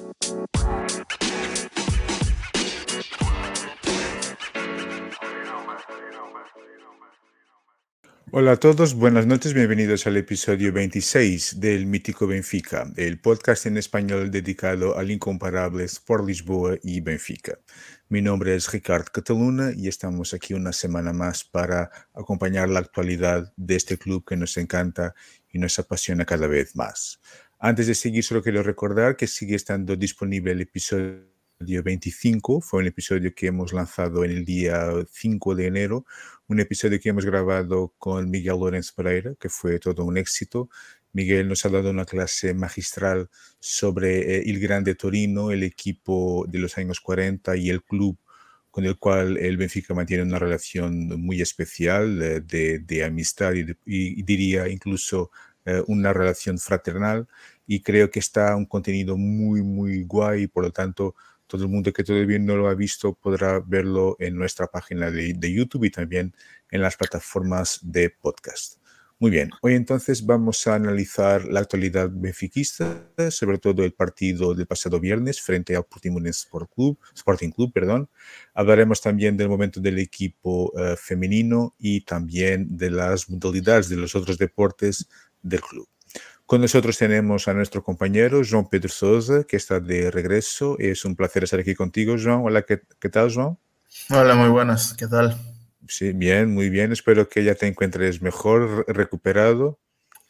Hola a todos, buenas noches, bienvenidos al episodio 26 del Mítico Benfica, el podcast en español dedicado al incomparable Sport Lisboa y Benfica. Mi nombre es Ricardo Cataluna y estamos aquí una semana más para acompañar la actualidad de este club que nos encanta y nos apasiona cada vez más. Antes de seguir, solo quiero recordar que sigue estando disponible el episodio 25, fue un episodio que hemos lanzado en el día 5 de enero, un episodio que hemos grabado con Miguel Lorenzo Pereira, que fue todo un éxito. Miguel nos ha dado una clase magistral sobre el Grande Torino, el equipo de los años 40 y el club con el cual el Benfica mantiene una relación muy especial de amistad y diría incluso una relación fraternal, y creo que está un contenido muy, muy guay, por lo tanto todo el mundo que todavía no lo ha visto podrá verlo en nuestra página de YouTube y también en las plataformas de podcast. Muy bien, hoy entonces vamos a analizar la actualidad benfiquista, sobre todo el partido del pasado viernes frente al Portimonense Sporting Club, perdón. Hablaremos también del momento del equipo femenino y también de las modalidades de los otros deportes del club. Con nosotros tenemos a nuestro compañero João Pedro Sousa, que está de regreso. Es un placer estar aquí contigo, João. Hola, ¿qué tal, João? Hola, muy buenas, ¿qué tal? Sí, bien, muy bien. Espero que ya te encuentres mejor, recuperado.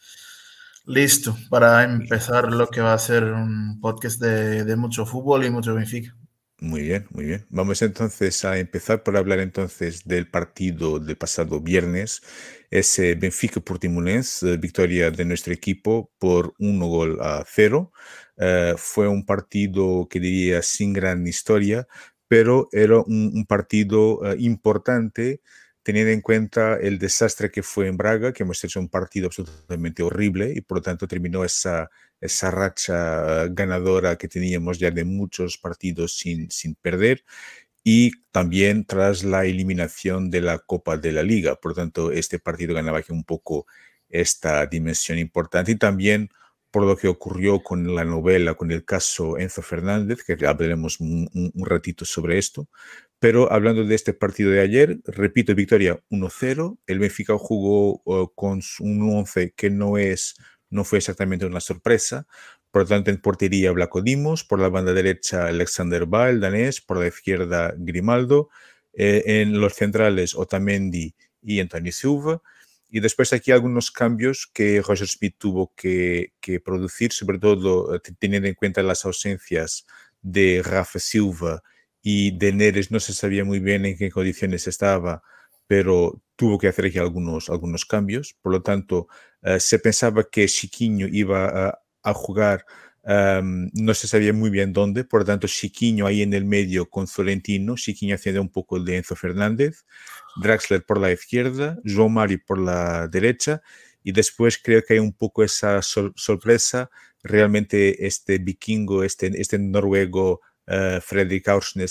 Listo para empezar lo que va a ser un podcast de mucho fútbol y mucho Benfica. Muy bien, muy bien. Vamos entonces a empezar por hablar entonces del partido del pasado viernes, ese Benfica Portimonense, victoria de nuestro equipo por 1-0. Fue un partido que diría sin gran historia, pero era un partido importante teniendo en cuenta el desastre que fue en Braga, que hemos hecho un partido absolutamente horrible y por lo tanto terminó esa racha ganadora que teníamos ya de muchos partidos sin perder, y también tras la eliminación de la Copa de la Liga. Por lo tanto, este partido ganaba aquí un poco esta dimensión importante, y también por lo que ocurrió con la novela, con el caso Enzo Fernández, que hablaremos un ratito sobre esto. Pero hablando de este partido de ayer, repito, victoria 1-0. El Benfica jugó con un 11 que no fue exactamente una sorpresa. Por lo tanto, en portería Vlaco Dimos, por la banda derecha Alexander Ba, el danés, por la izquierda Grimaldo, en los centrales Otamendi y Antonio Silva. Y después aquí algunos cambios que Roger Smith tuvo que producir, sobre todo teniendo en cuenta las ausencias de Rafa Silva y de Neres. No se sabía muy bien en qué condiciones estaba, pero tuvo que hacer aquí algunos cambios. Por lo tanto, se pensaba que Chiquinho iba a jugar, no se sabía muy bien dónde, por lo tanto Chiquinho ahí en el medio con Florentino, Chiquinho haciendo un poco de Enzo Fernández, Draxler por la izquierda, João Mário por la derecha, y después creo que hay un poco esa sorpresa, realmente este vikingo, este noruego, Fredrik Aursnes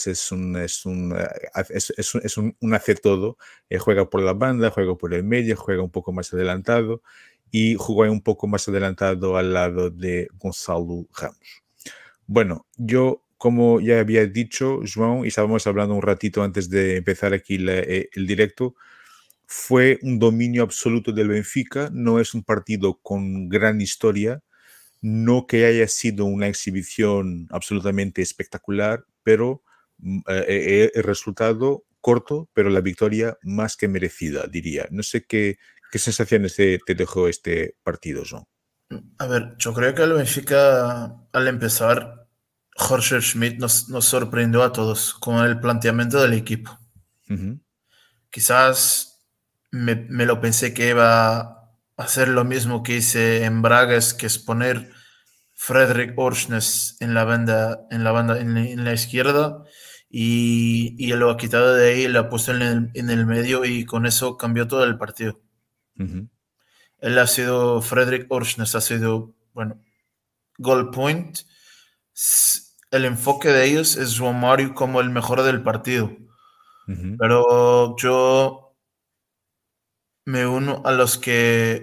un hace todo, juega por la banda, juega por el medio, juega un poco más adelantado y jugó un poco más adelantado al lado de Gonzalo Ramos. Bueno, yo, como ya había dicho, João, y estábamos hablando un ratito antes de empezar aquí el directo, fue un dominio absoluto del Benfica. No es un partido con gran historia, no que haya sido una exhibición absolutamente espectacular, pero el resultado corto, pero la victoria más que merecida, diría. No sé qué sensaciones te dejó este partido, João. A ver, yo creo que el Benfica al empezar, Jorge Schmidt nos sorprendió a todos con el planteamiento del equipo. Uh-huh. Quizás me lo pensé que iba a hacer lo mismo que hice en Braga, que es poner Fredrik Orsnes en la izquierda y lo ha quitado de ahí, lo ha puesto en el medio y con eso cambió todo el partido. Uh-huh. Fredrik Orsnes ha sido, bueno, goal point. El enfoque de ellos es João Mário como el mejor del partido. Uh-huh. Pero yo me uno a los que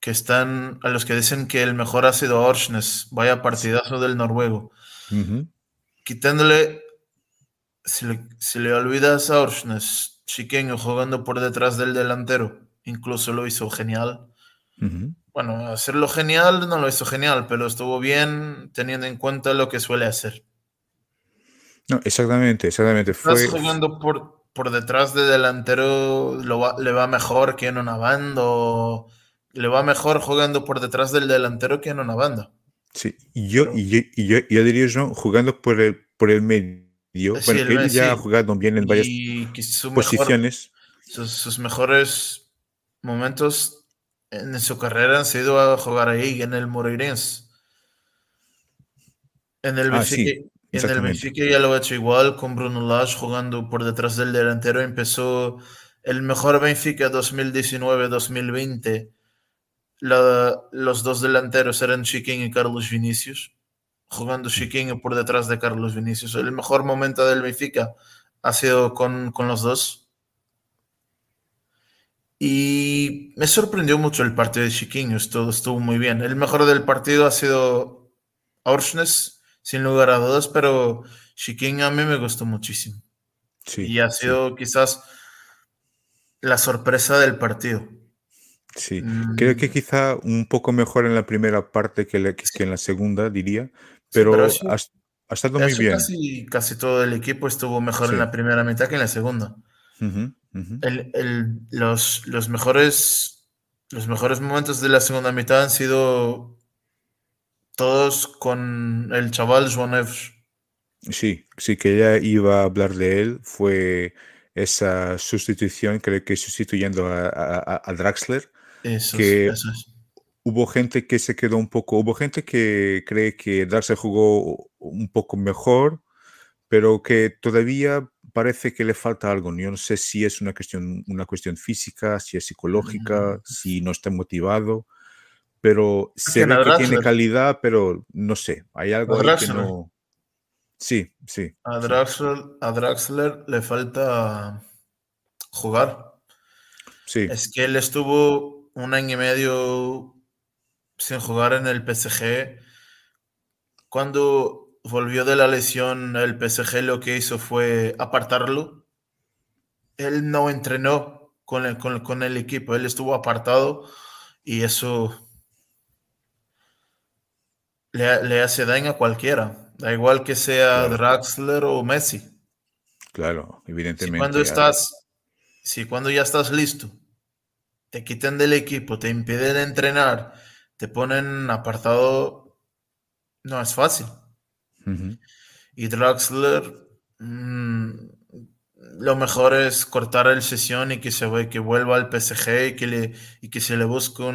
a los que dicen que el mejor ha sido Orsnes, vaya partidazo del noruego. Ujú, Quitándole, si le olvidas a Orsnes, Chiquinho jugando por detrás del delantero, incluso lo hizo genial. ujú. Bueno, hacerlo genial no lo hizo genial, pero estuvo bien teniendo en cuenta lo que suele hacer. No, exactamente, exactamente. Estás jugando por detrás de delantero, le va mejor que en una banda, o le va mejor jugando por detrás del delantero que en una banda. Sí, Pero yo diría yo, jugando por el medio, sí, bueno, él ya ha Sí. jugado bien en varias Y que posiciones. sus mejores momentos en su carrera han sido a jugar ahí en el Moreirense. En el Ah, Benfica, sí, en el exactamente. Benfica ya lo ha hecho igual con Bruno Lage jugando por detrás del delantero. Empezó el mejor Benfica 2019-2020. Los dos delanteros eran Chiquinho y Carlos Vinicius, jugando Mm. Chiquinho por detrás de Carlos Vinicius. El mejor momento del Benfica ha sido con los dos. Y me sorprendió mucho el partido de Chiquinho, estuvo muy bien. El mejor del partido ha sido Orsnes, sin lugar a dudas, pero Chiquinho a mí me gustó muchísimo. Sí, Y ha sí, sido quizás la sorpresa del partido. sí. Creo que Mm, quizá un poco mejor en la primera parte que sí, en la segunda, diría, sí, pero pero ha estado muy eso bien. casi todo el equipo estuvo mejor en Sí. la primera mitad que en la segunda. Ujú, ujú. Los mejores momentos de la segunda mitad han sido todos con el chaval Joan Neves. Sí, sí que ya iba a hablar de él, fue esa sustitución, creo que sustituyendo a Draxler, que Eso es. hubo gente que se quedó un poco, hubo gente que cree que Draxler jugó un poco mejor, pero que todavía parece que le falta algo. Yo no sé si es una cuestión física, si es psicológica, Mm, si no está motivado, pero ¿A se quién? ve A que tiene Draxler. calidad, pero no sé, hay A algo ahí que Draxler. no. Sí, sí, A sí, Draxler, a Draxler le falta jugar. sí, Es que él estuvo un año y medio sin jugar en el PSG. Cuando volvió de la lesión, el PSG lo que hizo fue apartarlo. Él no entrenó con el equipo, él estuvo apartado y eso le hace daño a cualquiera. Da igual que sea claro, Draxler o Messi. claro, Si cuando evidentemente. estás, si cuando ya estás listo, te quitan del equipo, te impiden entrenar, te ponen apartado, no es fácil. Ujú, Y Draxler, lo mejor es cortar el sesión y que vuelva al PSG y que se le busque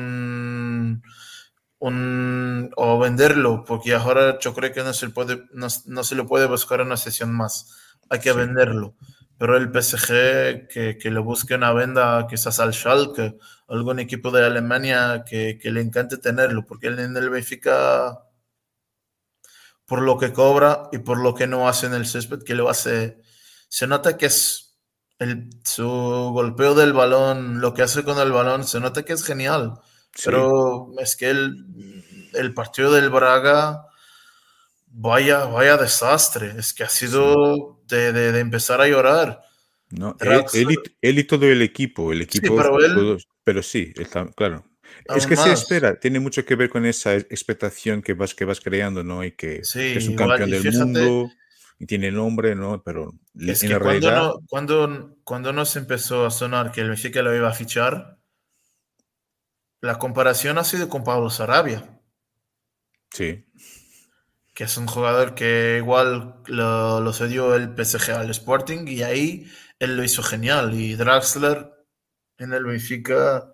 o venderlo, porque ahora yo creo que no se le puede buscar una sesión más, hay que sí, venderlo. Pero el PSG que le busque una venda quizás al Schalke, algún equipo de Alemania que le encante tenerlo, porque él en el Benfica, por lo que cobra y por lo que no hace en el césped, que lo hace, se nota que es su golpeo del balón, lo que hace con el balón, se nota que es genial. sí, Pero es que el partido del Braga, vaya desastre, es que ha sí. sido de empezar a llorar. No, Draxler, él y todo el sí, equipo, pero él todos, pero sí, está, claro. Es aún que se más. espera, tiene mucho que ver con esa expectación que vas creando, ¿no? Y Sí, que es un igual, campeón y del fíjate, mundo y tiene nombre, ¿no? Pero es en que la realidad, cuando nos empezó a sonar que el Benfica lo iba a fichar, la comparación ha sido con Pablo Sarabia, sí, que es un jugador que igual lo cedió el PSG al Sporting y ahí él lo hizo genial. Y Draxler en el Benfica,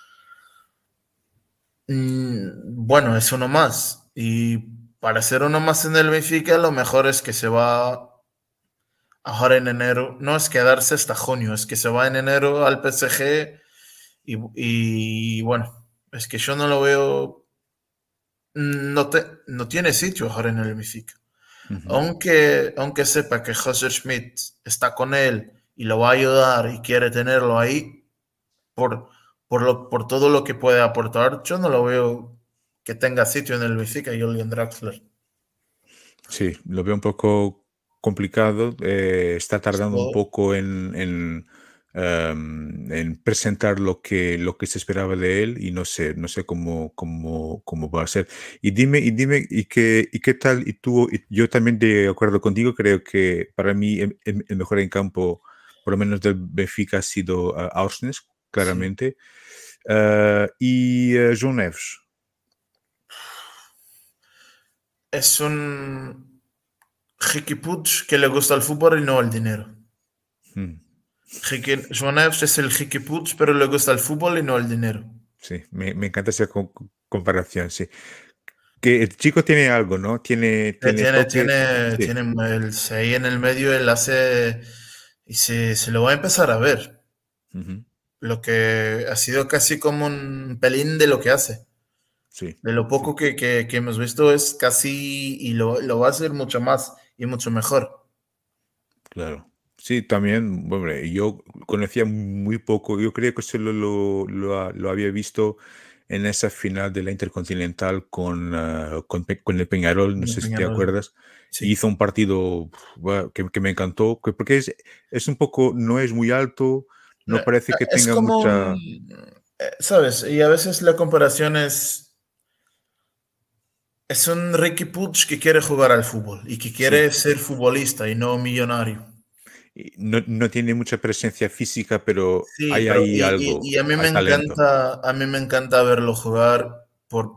bueno, es uno más. Y para ser uno más en el Benfica, lo mejor es que se va ahora en enero. No es quedarse hasta junio, es que se va en enero al PSG y bueno, es que yo no lo veo. No tiene sitio ahora en el Benfica. ujú, Aunque sepa que José Schmidt está con él y lo va a ayudar y quiere tenerlo ahí por, por todo lo que puede aportar, yo no lo veo que tenga sitio en el Benfica, Julian Draxler. Sí, lo veo un poco complicado. Está tardando un Esto- poco en presentar lo que se esperaba de él y no sé cómo va a ser. ¿Y qué tal? Y tú, yo también de acuerdo contigo, creo que para mí el mejor en campo, por lo menos del Benfica, ha sido Aursnes, sí. claramente. João Neves. Es un Hikipuch que le gusta el fútbol y no el dinero. Mm. Joan Neves es el Hikipuch, pero le gusta el fútbol y no el dinero. Sí, me encanta esa comparación, sí. Que el chico tiene algo, ¿no? Tiene toque. Sí. Tiene el 6 en el medio, él hace y se lo va a empezar a ver. Ujú. Lo que ha sido casi como un pelín de lo que hace. Sí, De lo sí, poco que hemos visto es casi, y lo va a hacer mucho más y mucho mejor. claro. Sí, también, bueno, yo conocía muy poco. Yo creo que solo lo había visto en esa final de la Intercontinental con el Peñarol, no Con el sé si te Peñarol. acuerdas. Y Sí. hizo un partido que me encantó, porque es un poco, no es muy alto, no parece que Es tenga como mucha. un, ¿sabes? Y a veces la comparación es un Ricky Puig que quiere jugar al fútbol y que Sí, quiere ser futbolista y no millonario. y no tiene mucha presencia física, pero Sí, hay pero ahí algo, y a mí me al talento. encanta, a mí me encanta verlo jugar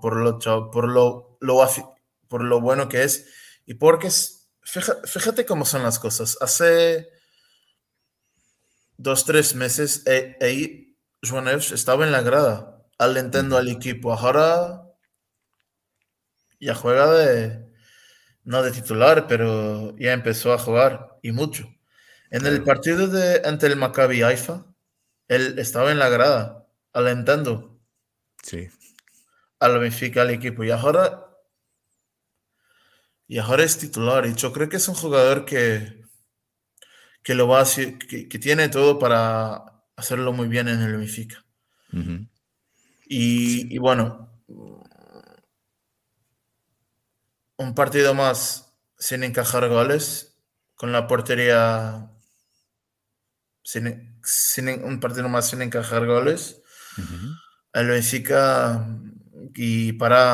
por lo bueno que es y porque fíjate cómo son las cosas. Hace 2, 3 meses Joan Neves estaba en la grada alentando Ujú, al equipo. Ahora ya juega no de titular, pero ya empezó a jugar y mucho. En el claro, partido ante el Maccabi Haifa, él estaba en la grada alentando sí. al Benfica, al equipo. Y ahora es titular. Y yo creo que es un jugador que lo va a hacer, que tiene todo para hacerlo muy bien en el Benfica. Ujú. Y bueno, un partido más sin encajar goles, con la portería, un partido más sin encajar goles. Ujú. El Benfica, y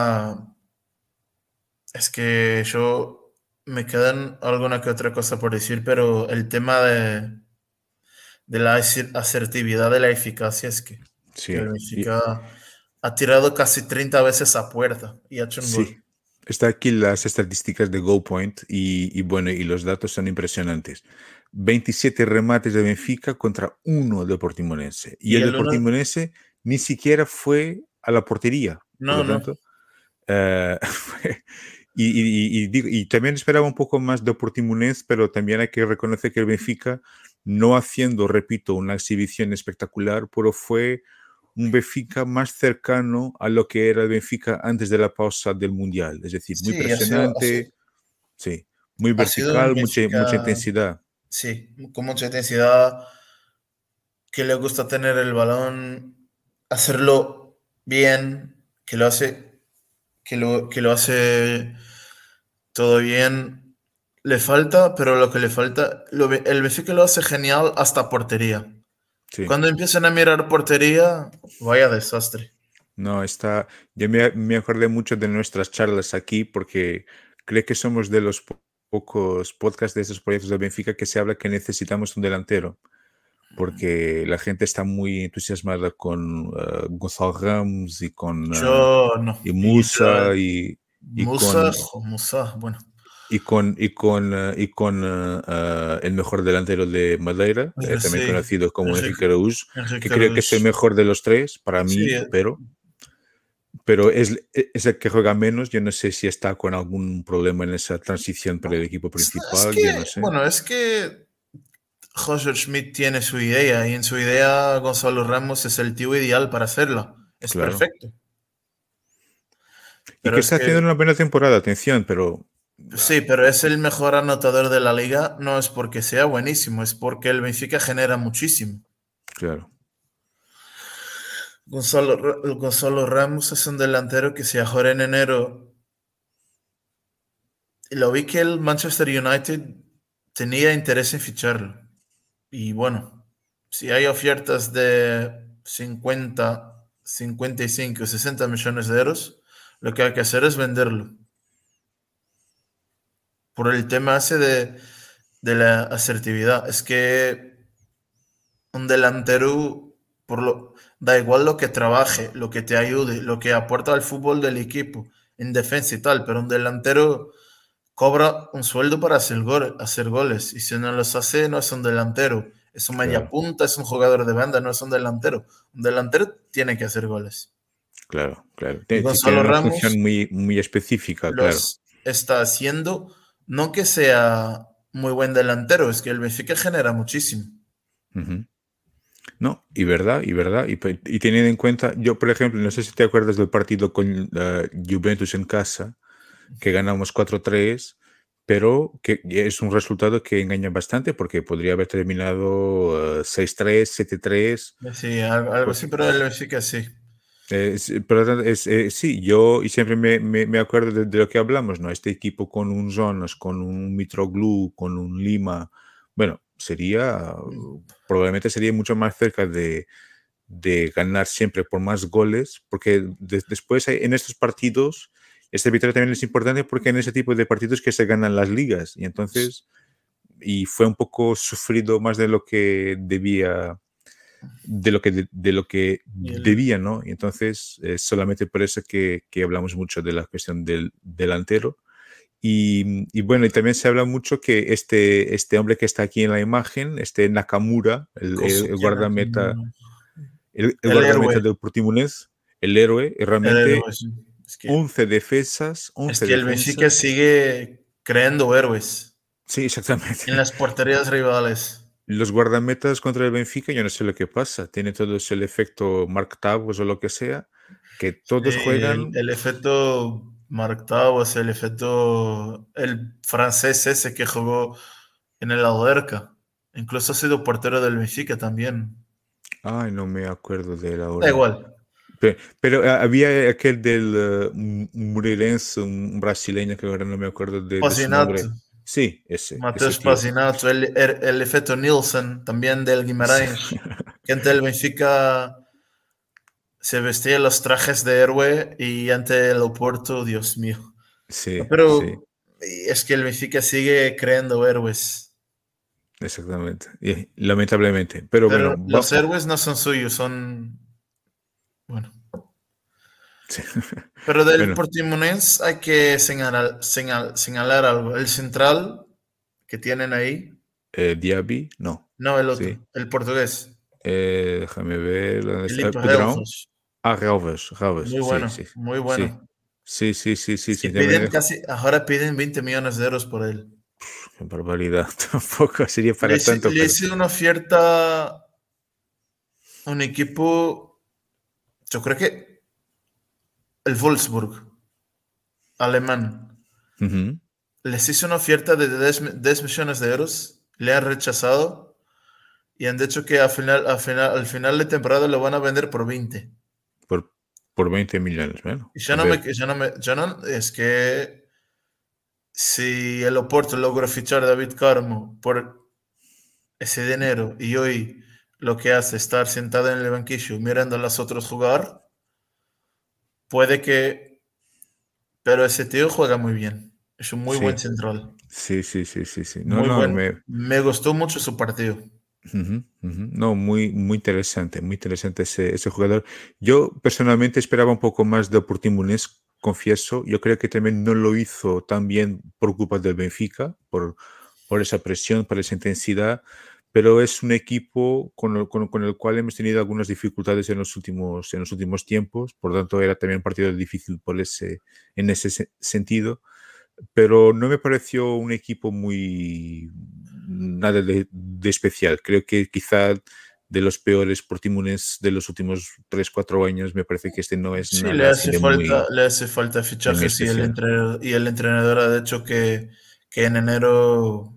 es que yo me quedan alguna que otra cosa por decir, pero el tema de la asertividad, de la eficacia, es que el Sí, Benfica ha tirado casi 30 veces a puerta y ha hecho un sí. gol. Está aquí las estadísticas de Goal Point y bueno, y los datos son impresionantes. 27 remates de Benfica contra uno de Portimonense. Y Y el de el uno, Portimonense ni siquiera fue a la portería. Por no, lo no. tanto, y también esperaba un poco más de Portimonense, pero también hay que reconocer que el Benfica, no haciendo, repito, una exhibición espectacular, pero fue un Benfica más cercano a lo que era el Benfica antes de la pausa del Mundial. Es decir, muy Sí, presionante, sí, muy ha sido un vertical, mucha Benfica, intensidad. sí, con mucha intensidad, que le gusta tener el balón, hacerlo bien, que lo hace todo bien. Le falta, pero lo que le falta, el Benfica lo hace genial hasta portería. Sí, Cuando empiezan a mirar portería, vaya desastre. no, está, yo me acordé mucho de nuestras charlas aquí porque creo que somos de los pocos podcasts de esos proyectos de Benfica que se habla que necesitamos un delantero, porque la gente está muy entusiasmada con Gonzalo Ramos Yo no. y Y yo, Musa y Musa, con Musa, bueno. el mejor delantero de Madeira, Pero también sí, conocido como Enrique Enrique, Araújo, que Enrique creo que es el Araújo. mejor de los tres para Sí, mí, pero es el que juega menos. Yo no sé si está con algún problema en esa transición para el equipo es principal, yo no que, sé. bueno, es que Roger Schmidt tiene su idea y en su idea Gonzalo Ramos es el tío ideal para hacerlo. Es Claro. perfecto. Y Pero que es está que, haciendo una buena temporada, atención, pero sí, pero es el mejor anotador de la liga, no es porque sea buenísimo, es porque el Benfica genera muchísimo. claro. Gonzalo Ramos es un delantero que si ahora en enero lo vi que el Manchester United tenía interés en ficharlo. Y bueno, si hay ofertas de 55 o 60 millones de euros, lo que hay que hacer es venderlo. Por el tema ese de la asertividad. Es que un delantero, da igual lo que trabaje, lo que te ayude, lo que aporta al fútbol del equipo, en defensa y tal, pero un delantero cobra un sueldo para hacer goles. Y si no los hace, no es un delantero. Es un media Claro, punta, es un jugador de banda, no es un delantero. Un delantero tiene que hacer goles. claro, claro. Y Tiene Gonzalo una función Ramos muy específica, claro. los está haciendo, no que sea muy buen delantero, es que el Benfica genera muchísimo. Ujú. No, y teniendo en cuenta, yo por ejemplo, no sé si te acuerdas del partido con Juventus en casa, que ganamos 4-3, pero que es un resultado que engaña bastante porque podría haber terminado 6-3, 7-3, Sí, algo así, porque pero el Benfica sí. por lo tanto, sí, yo y siempre me acuerdo de lo que hablamos, ¿no? Este equipo con un Jonas, con un Mitroglou, con un Lima, bueno, probablemente sería mucho más cerca de ganar siempre por más goles, porque después en estos partidos, este victoria también es importante porque en ese tipo de partidos que se ganan las ligas, y entonces, y fue un poco sufrido más de lo que debía, de lo que Y el, debía, ¿no? Y entonces, solamente por eso que hablamos mucho de la cuestión del delantero. Y bueno, y también se habla mucho que este hombre que está aquí en la imagen, este Nakamura, el Kosuke guardameta, Nakamura. el El guardameta héroe, del Portimonense, el héroe, el realmente héroe, sí. Es que, 11 defensas, es 11 que el Benfica defensas. sigue creando héroes Sí, exactamente. en las porterías rivales. Los guardametas contra el Benfica, yo no sé lo que pasa. Tiene todo el efecto Mark Tavos o lo que sea, que todos juegan. El efecto Mark Towers, el efecto el francés ese que jugó en el Alderca. Incluso ha sido portero del Benfica también. Ay, no me acuerdo de él Da ahora. igual. Pero, había aquel del Moreirense, un brasileño que ahora no me acuerdo de su Pazinato, nombre. Sí, ese Mateus tío. Pazinato, el efecto Nielsen también del Guimarães. Que ante el Benfica se vestía los trajes de héroe y ante el Oporto, Dios mío. Sí, sí, Pero es que el Benfica sigue creando héroes. exactamente. Y, lamentablemente. Pero bueno, Pero los héroes no son suyos, son... Bueno. sí. Pero del Bueno, Portimonense hay que señalar algo. El central que tienen ahí, Diaby, no. no el Sí. otro, el portugués, Déjame ver. ¿Dónde está? Felipe Pedrão. Relfos. Ah, Galvez, Muy sí, sí, bueno, muy sí, bueno. sí, sí, sí, sí, Es que sí, también piden dejo. casi, ahora piden 20 millones de euros por él. Qué barbaridad, tampoco sería para tanto, Le pero hice una oferta a un equipo, yo creo que el Wolfsburg, alemán. ujú, Les hice una oferta de 10 millones de euros, le han rechazado y han dicho que al final de temporada lo van a vender por 20. por, por 20 millones, bueno, Y a ver, es que si el Oporto logra fichar a David Carmo por ese dinero y hoy lo que hace es estar sentado en el banquillo mirando a los otros jugar, puede que, pero ese tío juega muy bien. Es un muy buen sí, central. sí, sí, sí, sí, sí, no, Muy no, buen. Me gustó mucho su partido. ujú, ujú, no, muy interesante ese jugador. Yo personalmente esperaba un poco más de Portimonense, confieso, yo creo que también no lo hizo tan bien por culpa del Benfica, por esa presión, por esa intensidad, pero es un equipo con el cual hemos tenido algunas dificultades en los últimos tiempos, por tanto era también un partido difícil en ese sentido, pero no me pareció un equipo muy nada de especial. Creo que quizá de los peores Portimonenses de los últimos 3 4 años, me parece que este no es Sí, nada así le hace falta de muy fichajes especial. y el entrenador ha dicho que en enero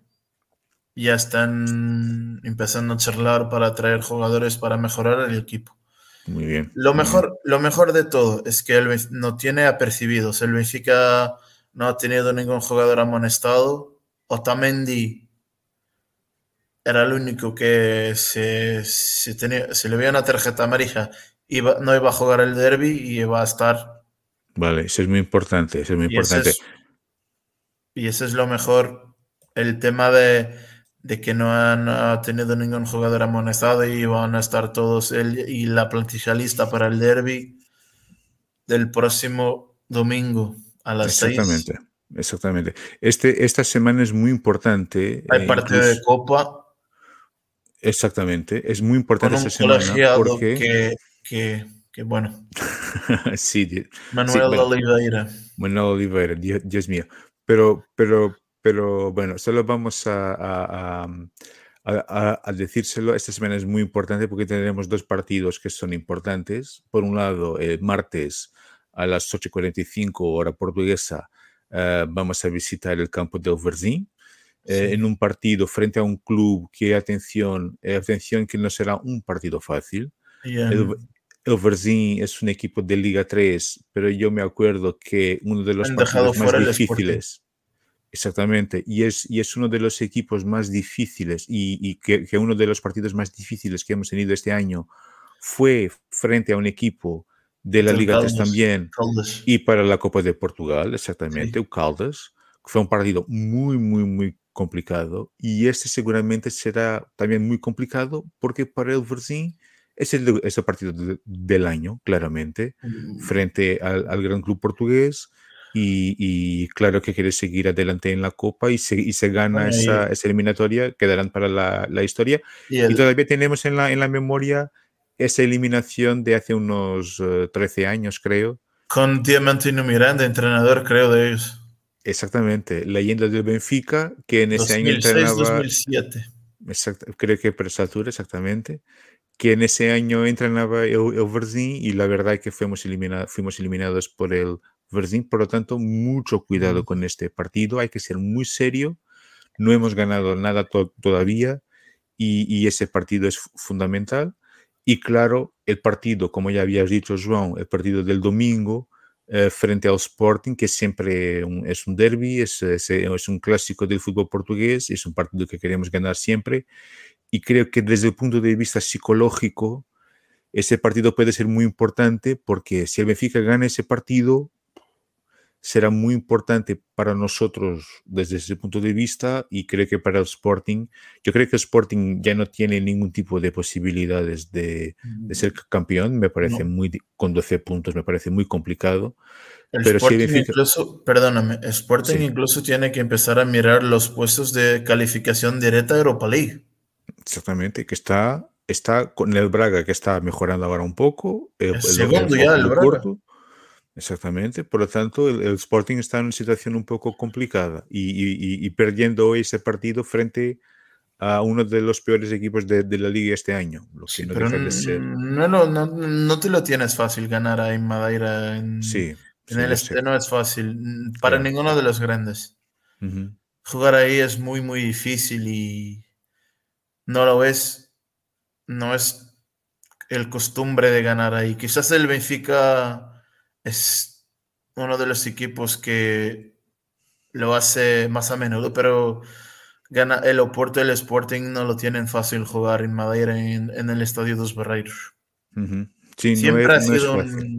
ya están empezando a charlar para traer jugadores para mejorar el equipo. Muy bien, muy bien. Lo mejor de todo es que no tiene apercibidos. El Benfica no ha tenido ningún jugador amonestado. Otamendi era el único que se le veía una tarjeta amarilla. No iba a jugar el derby y iba a estar. Vale, eso es muy importante, eso es muy Y ese importante. es, y ese es lo mejor. El tema de que no han tenido ningún jugador amonestado y van a estar todos y la plantilla lista para el derby del próximo domingo a las 6. Exactamente, exactamente. Esta semana es muy importante, Hay partido de incluso, Copa exactamente, es muy con importante un esta semana colegiado porque, que bueno, sí, sí, Manuel bueno, Oliveira. Manuel Oliveira, Dios mío. Pero bueno, solo vamos a decírselo. Esta semana es muy importante porque tendremos dos partidos que son importantes. Por un lado, el martes a las 8:45 hora portuguesa, vamos a visitar el campo del Varzim. Sí. En un partido frente a un club que, atención, que no será un partido fácil. Y El, el Varzim es un equipo de Liga 3, pero yo me acuerdo que uno de los han dejado partidos más fuera el Sporting. difíciles, exactamente, y es uno de los equipos más difíciles y que uno de los partidos más difíciles que hemos tenido este año fue frente a un equipo de la Del Liga 3 Caldas. también Caldas. y para la Copa de Portugal, exactamente, Sí. o Caldas, que fue un partido muy, muy, muy complicado y este seguramente será también muy complicado porque para el Varzim es el partido del año, claramente, Mm, frente al gran club portugués y claro que quiere seguir adelante en la Copa y se gana Bueno, esa eliminatoria, quedarán para la historia y y el, todavía tenemos en la memoria esa eliminación de hace unos 13 años, creo. con Diamantino Miranda, entrenador, creo, de ellos. Exactamente, leyenda del Benfica, que en ese año entrenaba, 2006-2007. creo que por esa altura, exactamente, que en ese año entrenaba el Varzim y la verdad es que fuimos eliminados por el Varzim, por lo tanto, mucho cuidado con este partido, hay que ser muy serio, no hemos ganado nada todavía y ese partido es fundamental. Y claro, el partido, como ya habías dicho, João, el partido del domingo frente al Sporting, que siempre es un derby, es un clásico del fútbol portugués, es un partido que queremos ganar siempre. Y creo que desde el punto de vista psicológico, ese partido puede ser muy importante porque si el Benfica gana ese partido, será muy importante para nosotros desde ese punto de vista y creo que para el Sporting, yo creo que el Sporting ya no tiene ningún tipo de posibilidades de ser campeón, me parece No. con 12 puntos me parece muy complicado, El pero si el Sporting Benfica, incluso, perdóname, Sporting sí, incluso tiene que empezar a mirar los puestos de calificación directa a Europa League. exactamente, que está con el Braga que está mejorando ahora un poco, Es segundo ya ojo el de Braga. corto. Exactamente, por lo tanto, el Sporting está en una situación un poco complicada y perdiendo hoy ese partido frente a uno de los peores equipos de la liga este año, lo que Sí, no pero deja de ser. no te lo tienes fácil ganar ahí en Madeira. Sí, En sí, el lo sé. este no es fácil para Ya. ninguno de los grandes. Ujú, Jugar ahí es muy, muy difícil y no lo es. No es el costumbre de ganar ahí. Quizás el Benfica es uno de los equipos que lo hace más a menudo, pero el Oporto y el Sporting no lo tienen fácil jugar en Madeira en el Estadio dos Barreiros. ujú. Sí, no es, Siempre ha no es sido fácil.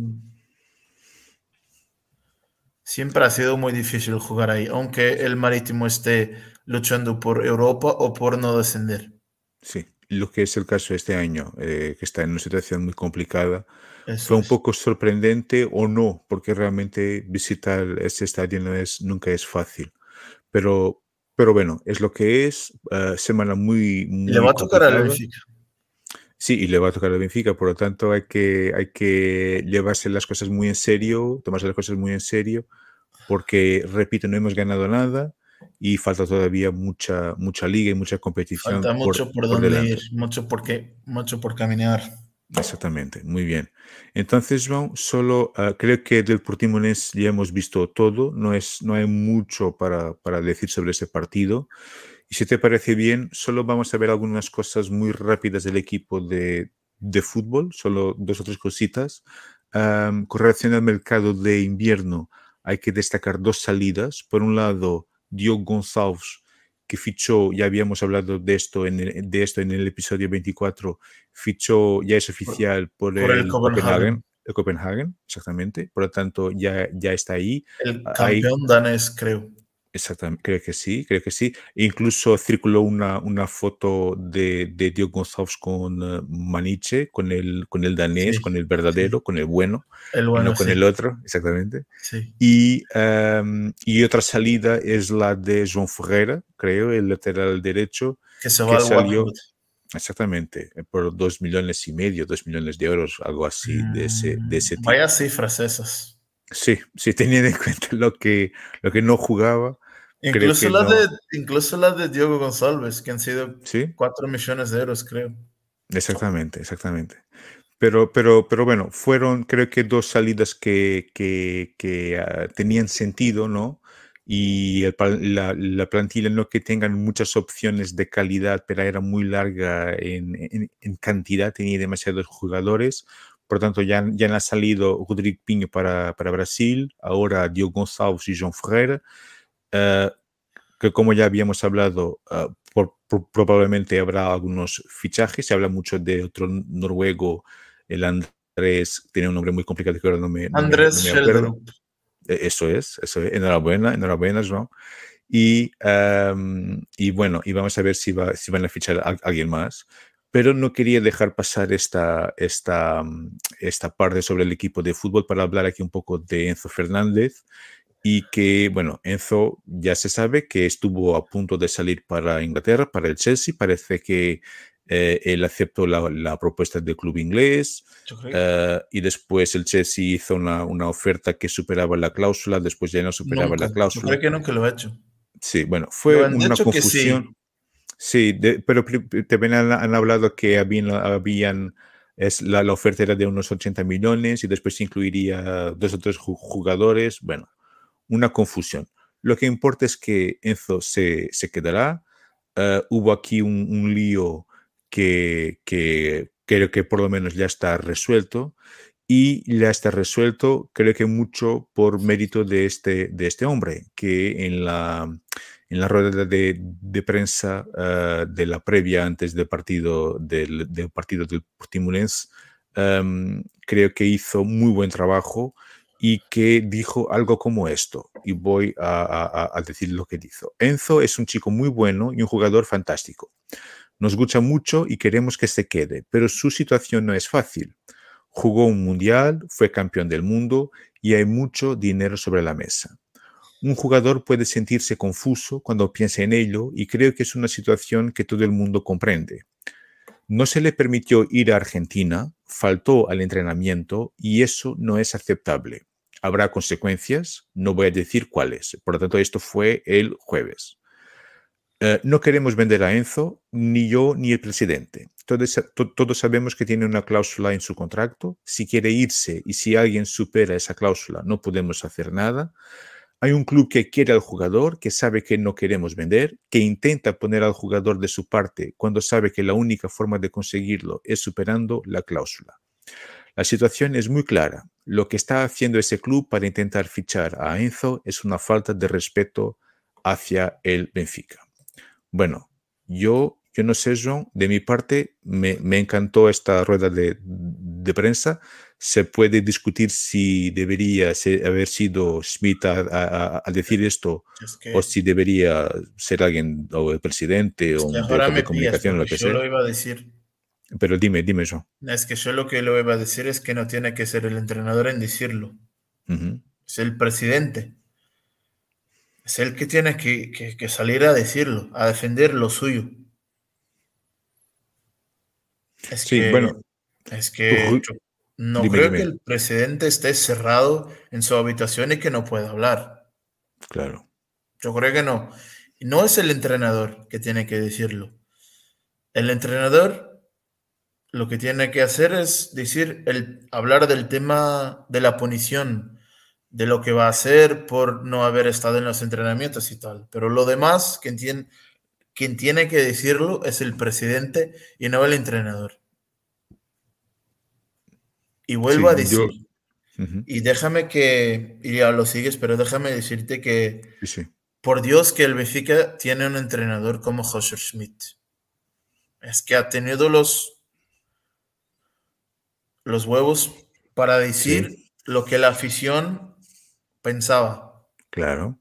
siempre ha sido muy difícil jugar ahí, aunque el Marítimo esté luchando por Europa o por no descender. Sí, lo que es el caso este año, que está en una situación muy complicada, Eso fue un es. poco sorprendente o no, porque realmente visitar ese estadio nunca es fácil. Pero, pero bueno, es lo que es. Semana muy, Y le muy va a tocar al complicada. Benfica. Sí, y le va a tocar al Benfica, por lo tanto hay que llevarse las cosas muy en serio, tomarse las cosas muy en serio, porque, repito, no hemos ganado nada y falta todavía mucha, mucha liga y mucha competición Falta por, mucho por por dónde ir, delante. mucho por caminar. Exactamente, muy bien. Entonces, João, solo creo que del Portimonense ya hemos visto todo, no hay mucho para decir sobre ese partido. Y si te parece bien, solo vamos a ver algunas cosas muy rápidas del equipo de fútbol, solo dos o tres cositas. Con relación al mercado de invierno, hay que destacar dos salidas. Por un lado, Diogo Gonçalves, que fichó, ya habíamos hablado de esto en el episodio 24, fichó, ya es oficial por por el el Copenhagen, Copenhagen, exactamente, por lo tanto ya está ahí. el Hay, campeón danés, creo. exactamente, creo que sí, creo que sí. Incluso circuló una foto de Diogo Gonçalves con Maniche, con el danés, Sí, con el sí, verdadero, con el bueno, el y no bueno, con sí, el otro, exactamente. sí, Y otra salida es la de João Ferreira, creo, el lateral derecho, que se va que al Watford. salió exactamente por 2,5 millones, 2 millones de euros, algo así, de ese Vaya tipo. cifras esas. Sí, sí, teniendo en cuenta lo que no jugaba, creo Incluso que las no. incluso las de Diogo González, que han sido Sí, 4 millones de euros, creo. exactamente, exactamente. Pero bueno, fueron creo que dos salidas que tenían sentido, ¿no? Y la plantilla no que tengan muchas opciones de calidad, pero era muy larga en cantidad, tenía demasiados jugadores. Por tanto, ya han salido Rodrigo Pinho para Brasil, ahora Diogo Gonçalves y João Ferreira. eh, que como ya habíamos hablado, probablemente habrá algunos fichajes. Se habla mucho de otro noruego, el Andrés, tiene un nombre muy complicado que ahora no Andrés me acuerdo. Sheldrup. Eso es. Enhorabuena, enhorabuena, João. Y bueno, y vamos a ver si van a fichar a alguien más. Pero no quería dejar pasar esta parte sobre el equipo de fútbol para hablar aquí un poco de Enzo Fernández, y que, bueno, Enzo ya se sabe que estuvo a punto de salir para Inglaterra, para el Chelsea. Parece que él aceptó la propuesta del club inglés, Yo creo. y después el Chelsea hizo una oferta que superaba la cláusula, después ya no superaba Nunca. la Yo creo cláusula. que nunca lo he hecho. Sí, bueno, Lo fue han una dicho que sí. confusión. Sí, pero también han hablado que la oferta era de unos 80 millones y después incluiría dos o tres jugadores. Bueno, una confusión. Lo que importa es que Enzo se quedará. Hubo aquí un lío que creo que por lo menos ya está resuelto, y ya está resuelto, creo que mucho por mérito de este hombre, que en la rueda de prensa de la previa antes del partido del Portimonense, creo que hizo muy buen trabajo, y que dijo algo como esto, y voy a decir lo que dijo. Enzo es un chico muy bueno y un jugador fantástico. Nos gusta mucho y queremos que se quede, pero su situación no es fácil. Jugó un mundial, fue campeón del mundo y hay mucho dinero sobre la mesa. Un jugador puede sentirse confuso cuando piensa en ello, y creo que es una situación que todo el mundo comprende. No se le permitió ir a Argentina, faltó al entrenamiento y eso no es aceptable. Habrá consecuencias, no voy a decir cuáles. Por lo tanto, esto fue el jueves. No queremos vender a Enzo, ni yo ni el presidente. Todos sabemos que tiene una cláusula en su contrato. Si quiere irse y si alguien supera esa cláusula, no podemos hacer nada. Hay un club que quiere al jugador, que sabe que no queremos vender, que intenta poner al jugador de su parte cuando sabe que la única forma de conseguirlo es superando la cláusula. La situación es muy clara. Lo que está haciendo ese club para intentar fichar a Enzo es una falta de respeto hacia el Benfica. Bueno, yo no sé, John, de mi parte me encantó esta rueda de prensa. Se puede discutir si debería haber sido Smith a decir esto, Es o que, si debería ser alguien, o el presidente, o es que un ahora director de me pillas, comunicación, o porque lo que yo lo sea. iba a decir. Pero dime, John. Es que yo lo que lo iba a decir es que no tiene que ser el entrenador en decirlo. Ujú. Es el presidente. Es el que tiene que salir a decirlo, a defender lo suyo. Es Sí, que, bueno, es que yo no creo que dime. el presidente esté cerrado en su habitación y que no pueda hablar. Claro. Yo creo que no. Y no es el entrenador que tiene que decirlo. El entrenador lo que tiene que hacer es decir, hablar del tema de la punición, de lo que va a hacer por no haber estado en los entrenamientos y tal. Pero lo demás, quien tiene que decirlo es el presidente y no el entrenador. Y vuelvo Sí, a yo. decir, Ujú, y déjame que, y ya lo sigues, pero déjame decirte que, sí, sí, por Dios, que el Benfica tiene un entrenador como José Schmidt. Es que ha tenido los huevos para sí, decir lo que la afición pensaba. claro.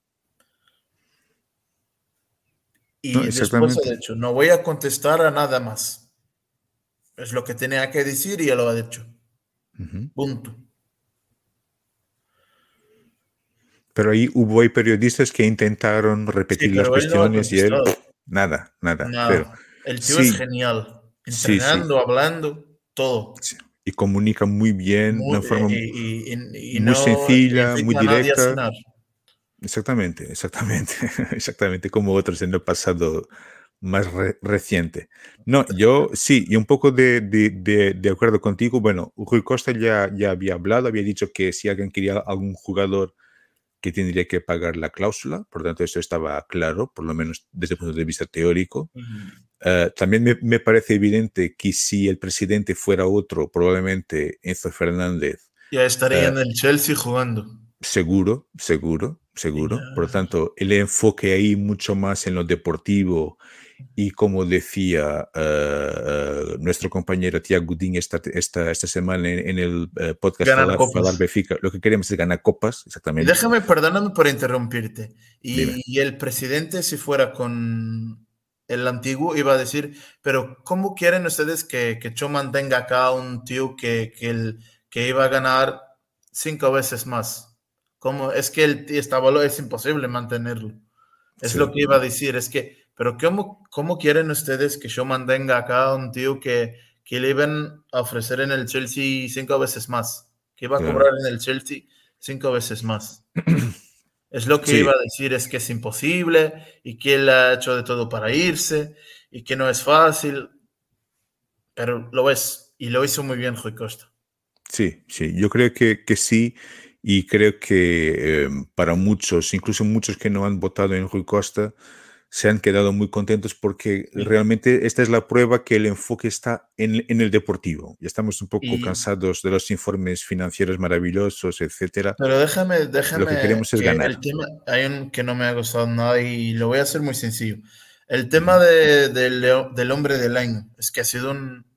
No, Y después ha exactamente. dicho, no voy a contestar a nada más. Es lo que tenía que decir y ya lo ha dicho. Ujú. Punto. Pero hay periodistas que intentaron Sí, repetir las pero él no ha cuestiones y él, contestado. nada, nada, cero. Nada. El tío es Sí, genial. sí, sí, Entrenando, hablando, todo. sí. Y comunica muy bien, de Muy, una forma y muy no sencilla, muy invita a nadie a directa. cenar. Exactamente, exactamente, exactamente como otros en el pasado más reciente. No, yo sí, y un poco de acuerdo contigo. Bueno, Rui Costa ya había hablado, había dicho que si alguien quería algún jugador que tendría que pagar la cláusula, por lo tanto eso estaba claro, por lo menos desde el punto de vista teórico. Y También me parece evidente que si el presidente fuera otro, probablemente Enzo Fernández, ya estaría eh, en el Chelsea jugando. seguro, seguro, Y seguro. Por lo ya- tanto, el enfoque ahí mucho más en lo deportivo y como decía nuestro compañero Tiago Godín esta semana en el podcast ganar Falar copas. Benfica, lo que queremos es ganar copas, Y exactamente. déjame, perdóname por interrumpirte. Dime. Y el presidente, si fuera con el antiguo, iba a decir, pero ¿cómo quieren ustedes que yo mantenga acá a un tío que iba a ganar 5 veces más? ¿Cómo? Es que el tío estaba, es imposible mantenerlo. Es lo Sí, que iba a decir, es que, pero ¿cómo quieren ustedes que yo mantenga acá a un tío que le iban a ofrecer en el Chelsea 5 veces más? Que iba a cobrar claro. en el Chelsea 5 veces más. Es lo que iba Sí, a decir, es que es imposible y que él ha hecho de todo para irse y que no es fácil, pero lo es y lo hizo muy bien Rui Costa. sí, sí. Yo creo que sí. Y creo que para muchos, incluso muchos que no han votado en Rui Costa, se han quedado muy contentos porque Sí. realmente esta es la prueba que el enfoque está en el deportivo. Ya estamos un poco Y, cansados de los informes financieros maravillosos, etcétera. pero Lo que déjame queremos es que el ganar. tema, hay un que no me ha gustado nada y lo voy a hacer muy sencillo. El tema Ujú. del hombre del año, es que ha sido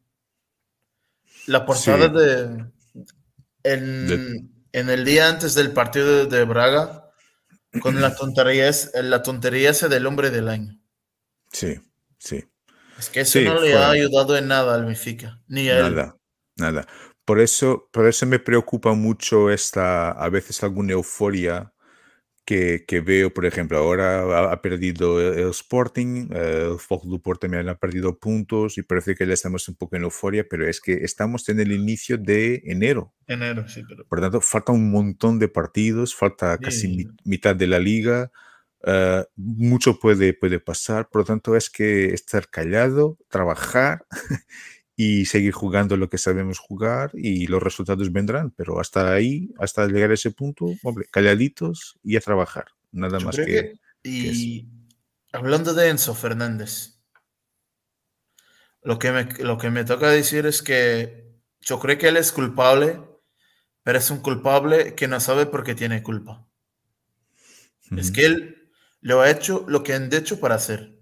la portada Sí, de- en el día antes del partido de Braga, con la tontería esa del hombre del año. sí, sí. Es que eso Sí, no le ha fue ayudado en nada al Benfica, ni a él. nada, nada. Por eso me preocupa mucho a veces alguna euforia que veo, por ejemplo, ahora ha perdido el Sporting, el Foco do Porto también ha perdido puntos y parece que ya estamos un poco en euforia, pero es que estamos en el inicio de enero. Enero, sí, pero. Por lo tanto, falta un montón de partidos, falta casi Sí, mitad de la liga, mucho puede pasar, por lo tanto es que estar callado, trabajar y seguir jugando lo que sabemos jugar y los resultados vendrán, pero hasta ahí, hasta llegar a ese punto, hombre, calladitos y a trabajar, nada yo más creo que. que eso. Y hablando de Enzo Fernández, lo que me toca decir es que yo creo que él es culpable, pero es un culpable que no sabe por qué tiene culpa. Es Ujú. que él lo ha hecho lo que han hecho para hacer.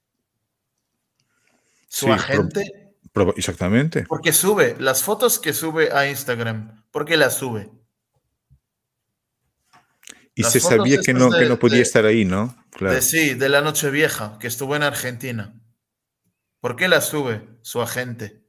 Su Sí, agente, exactamente. porque sube las fotos que sube a Instagram, ¿por qué las sube? Y Las se fotos sabía estas que no podía estar ahí, ¿no? Claro. sí, de la Nochevieja, que estuvo en Argentina. ¿Por qué la sube su agente?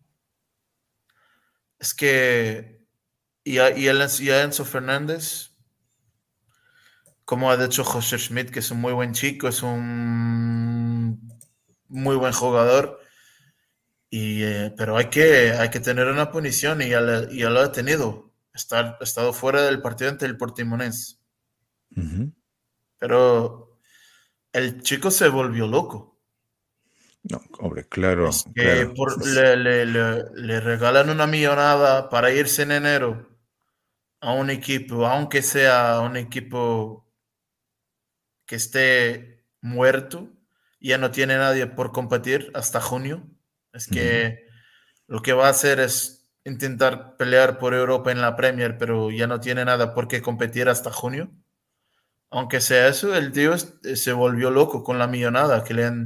Es que, y a Enzo Fernández, como ha dicho José Schmidt, que es un muy buen chico, es un muy buen jugador, pero hay que tener una punición y ya lo ha tenido. Ha estado fuera del partido ante el Portimonense. Ujú. Pero el chico se volvió loco. No, hombre, claro, Es que claro. le regalan una millonada para irse en enero a un equipo, aunque sea un equipo que esté muerto, ya no tiene nadie por competir hasta junio. Es Ujú. que lo que va a hacer es intentar pelear por Europa en la Premier, pero ya no tiene nada por qué competir hasta junio. Aunque sea eso, el tío se volvió loco con la millonada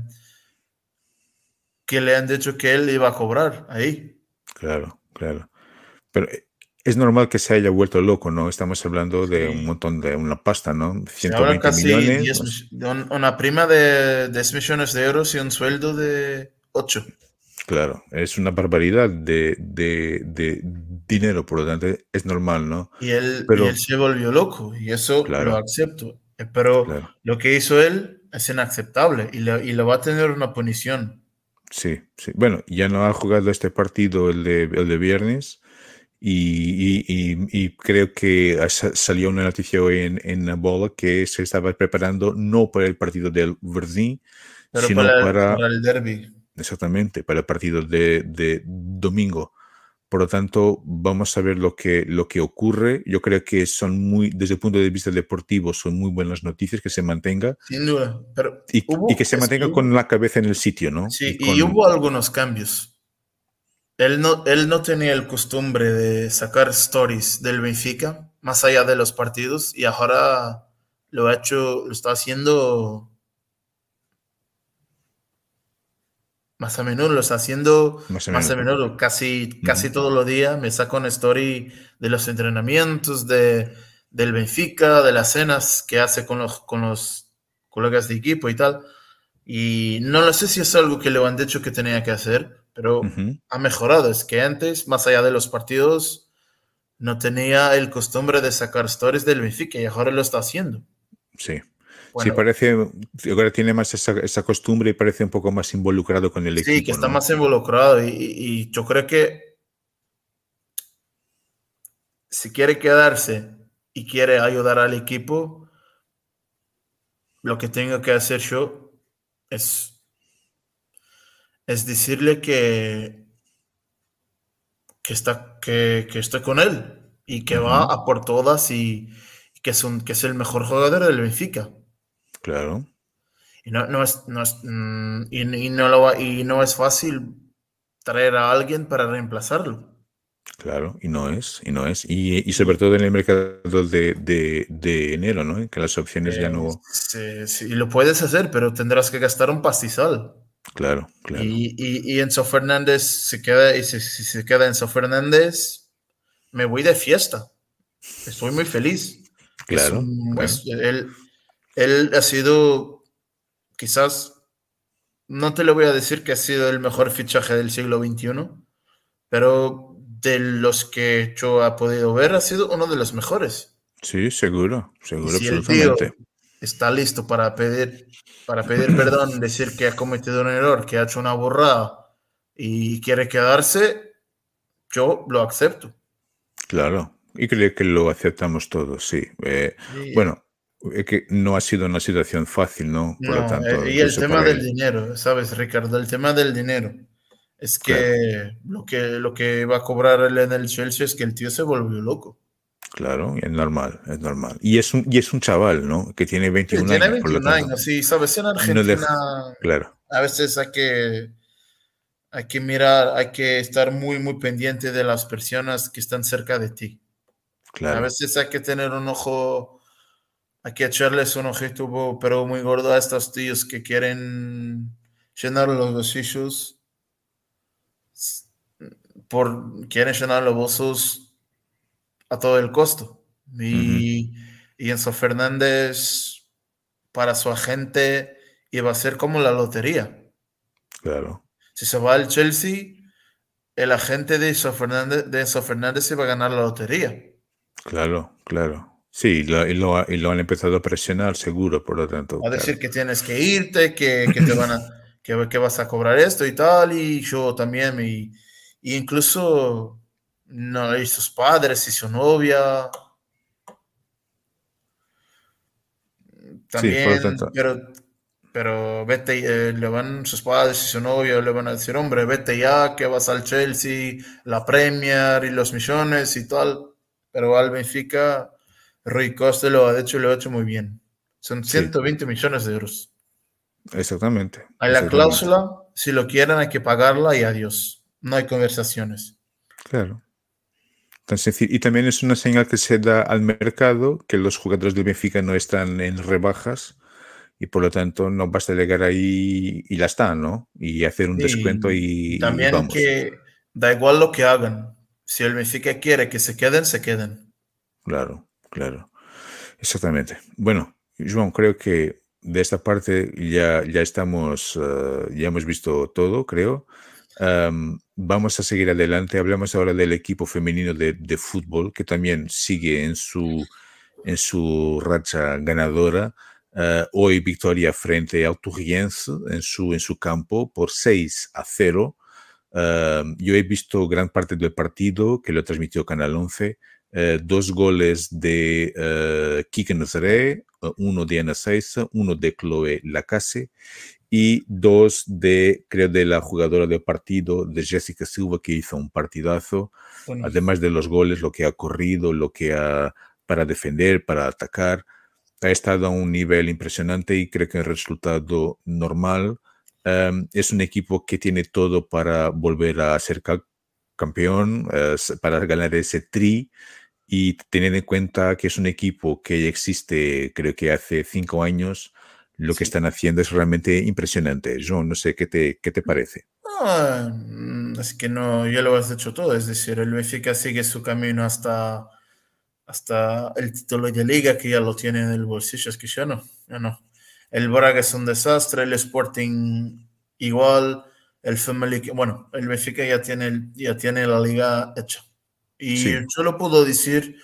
que le han dicho que él iba a cobrar ahí. Claro, claro. Pero es normal que se haya vuelto loco, ¿no? Estamos hablando de un Sí. montón de una pasta, ¿no? Se habla 120 casi millones. una prima de 10 millones de euros y un sueldo de 8. Claro, es una barbaridad de dinero, por lo tanto, es normal, ¿no? Y él Pero, se volvió loco y eso lo claro, acepto. Pero claro. lo que hizo él es inaceptable y le va a tener una punición. Sí, sí. Bueno, ya no ha jugado este partido, el de viernes, y creo que salió una noticia hoy en la bola que se estaba preparando no para el partido del Verdín, Pero sino para el derby. exactamente, para el partido de domingo. Por lo tanto, vamos a ver lo que ocurre. Yo creo que desde el punto de vista deportivo, son muy buenas noticias que se mantenga Sin duda. Pero y que se mantenga con la cabeza en el sitio, ¿no? sí, y hubo algunos cambios. Él no tenía el costumbre de sacar stories del Benfica, más allá de los partidos, y ahora lo está haciendo más a menudo, lo está haciendo más o más a menos. menudo, casi, Ujú, casi todos los días me saca una story de los entrenamientos del Benfica, de las cenas que hace con los colegas de equipo y tal. Y no lo sé si es algo que le han dicho que tenía que hacer, pero ujú. ha mejorado. Es que antes, más allá de los partidos, no tenía el costumbre de sacar stories del Benfica y ahora lo está haciendo. Sí. Sí, Bueno, ahora tiene más esa costumbre y parece un poco más involucrado con el sí, que equipo, está ¿no? más involucrado y yo creo que si quiere quedarse y quiere ayudar al equipo, lo que tengo que hacer yo es, es decirle que estoy con él y que va Ujú, a por todas y que es el mejor jugador del Benfica. claro, Y no es fácil traer a alguien para reemplazarlo. claro, y no es. Y Y sobre todo en el mercado de enero, ¿no? Que las opciones ya no. sí, lo puedes hacer, pero tendrás que gastar un pastizal. Claro, claro, Y Enzo Fernández se queda, y si se queda Enzo Fernández, me voy de fiesta. Estoy muy feliz. Es claro, un, claro. es- él ha sido, quizás, no te lo voy a decir que ha sido el mejor fichaje del siglo XXI, pero de los que yo he podido ver, ha sido uno de los mejores. Sí, seguro, Y seguro, si el tío absolutamente. está listo para pedir perdón, decir que ha cometido un error, que ha hecho una burrada y quiere quedarse, yo lo acepto. Claro, y creo que lo aceptamos todos, sí. Y, Bueno, que no ha sido una situación fácil, ¿no? Por lo no, tanto, y el incluso tema para del él. dinero, ¿sabes, Ricardo? El tema del dinero. Es Claro, que lo que va a cobrar él en el Chelsea es que el tío se volvió loco. claro, es normal, es normal. Y es un chaval, ¿no? Que tiene Sí, 21 tiene años, por lo 21 tanto, años, sí, sabes, en no Argentina deja. Claro, a veces hay que mirar, hay que estar muy, muy pendiente de las personas que están cerca de ti. A claro. veces hay que tener un ojo, hay que echarles un ojito, pero muy gordo a estos tíos que quieren llenar los bolsillos, quieren llenar los bolsos a todo el costo. Ujú, Y Enzo Fernández, para su agente, iba a ser como la lotería. claro, Si se va al Chelsea, el agente de Enzo Fernández se va a ganar la lotería. claro, claro. Sí, y lo han empezado a presionar, seguro, por lo tanto, Va a decir claro. que tienes que irte, que vas a cobrar esto y tal, y yo también, y incluso no, y sus padres y su novia Sí, por lo también, tanto, pero vete, sus padres y su novia le van a decir, hombre, vete ya, que vas al Chelsea, la Premier y los millones y tal, pero al Benfica, Rui Costa lo ha hecho y lo ha hecho muy bien. Son sí, 120 millones de euros. exactamente, Hay la exactamente. cláusula, si lo quieren hay que pagarla y adiós. No hay conversaciones. claro. Tan sencillo. Y también es una señal que se da al mercado que los jugadores del Benfica no están en rebajas y por lo tanto no basta llegar ahí y ya está, ¿no? Y hacer un descuento Y y también vamos. que da igual lo que hagan. Si el Benfica quiere que se queden, se queden. Claro, claro. Exactamente. Bueno, Joan, creo que de esta parte ya estamos, ya hemos visto todo, creo. Vamos a seguir adelante. Hablamos ahora del equipo femenino de fútbol, que también sigue en su racha ganadora. Hoy victoria frente al Torriense en su campo por 6-0. Yo he visto gran parte del partido que lo transmitió Canal 11. Dos goles de Kike Nazaré, uno de Ana Saiza, uno de Chloé Lacasse y dos de, creo, de la jugadora del partido, de Jessica Silva, que hizo un partidazo, Bueno, además de los goles, lo que ha corrido, lo que ha para defender, para atacar, ha estado a un nivel impresionante y creo que el resultado normal. Es un equipo que tiene todo para volver a ser campeón, para ganar ese tri y tener en cuenta que es un equipo que ya existe, creo que hace 5 años, lo que sí. están haciendo es realmente impresionante. Yo no sé qué te parece. Es que no, ya lo has hecho todo. Es decir, el Benfica sigue su camino hasta el título de liga, que ya lo tiene en el bolsillo. Es que ya no, ya no. El Braga es un desastre, el Sporting igual, el Family, bueno, el Benfica ya tiene la liga hecha. Y Sí, solo puedo decir,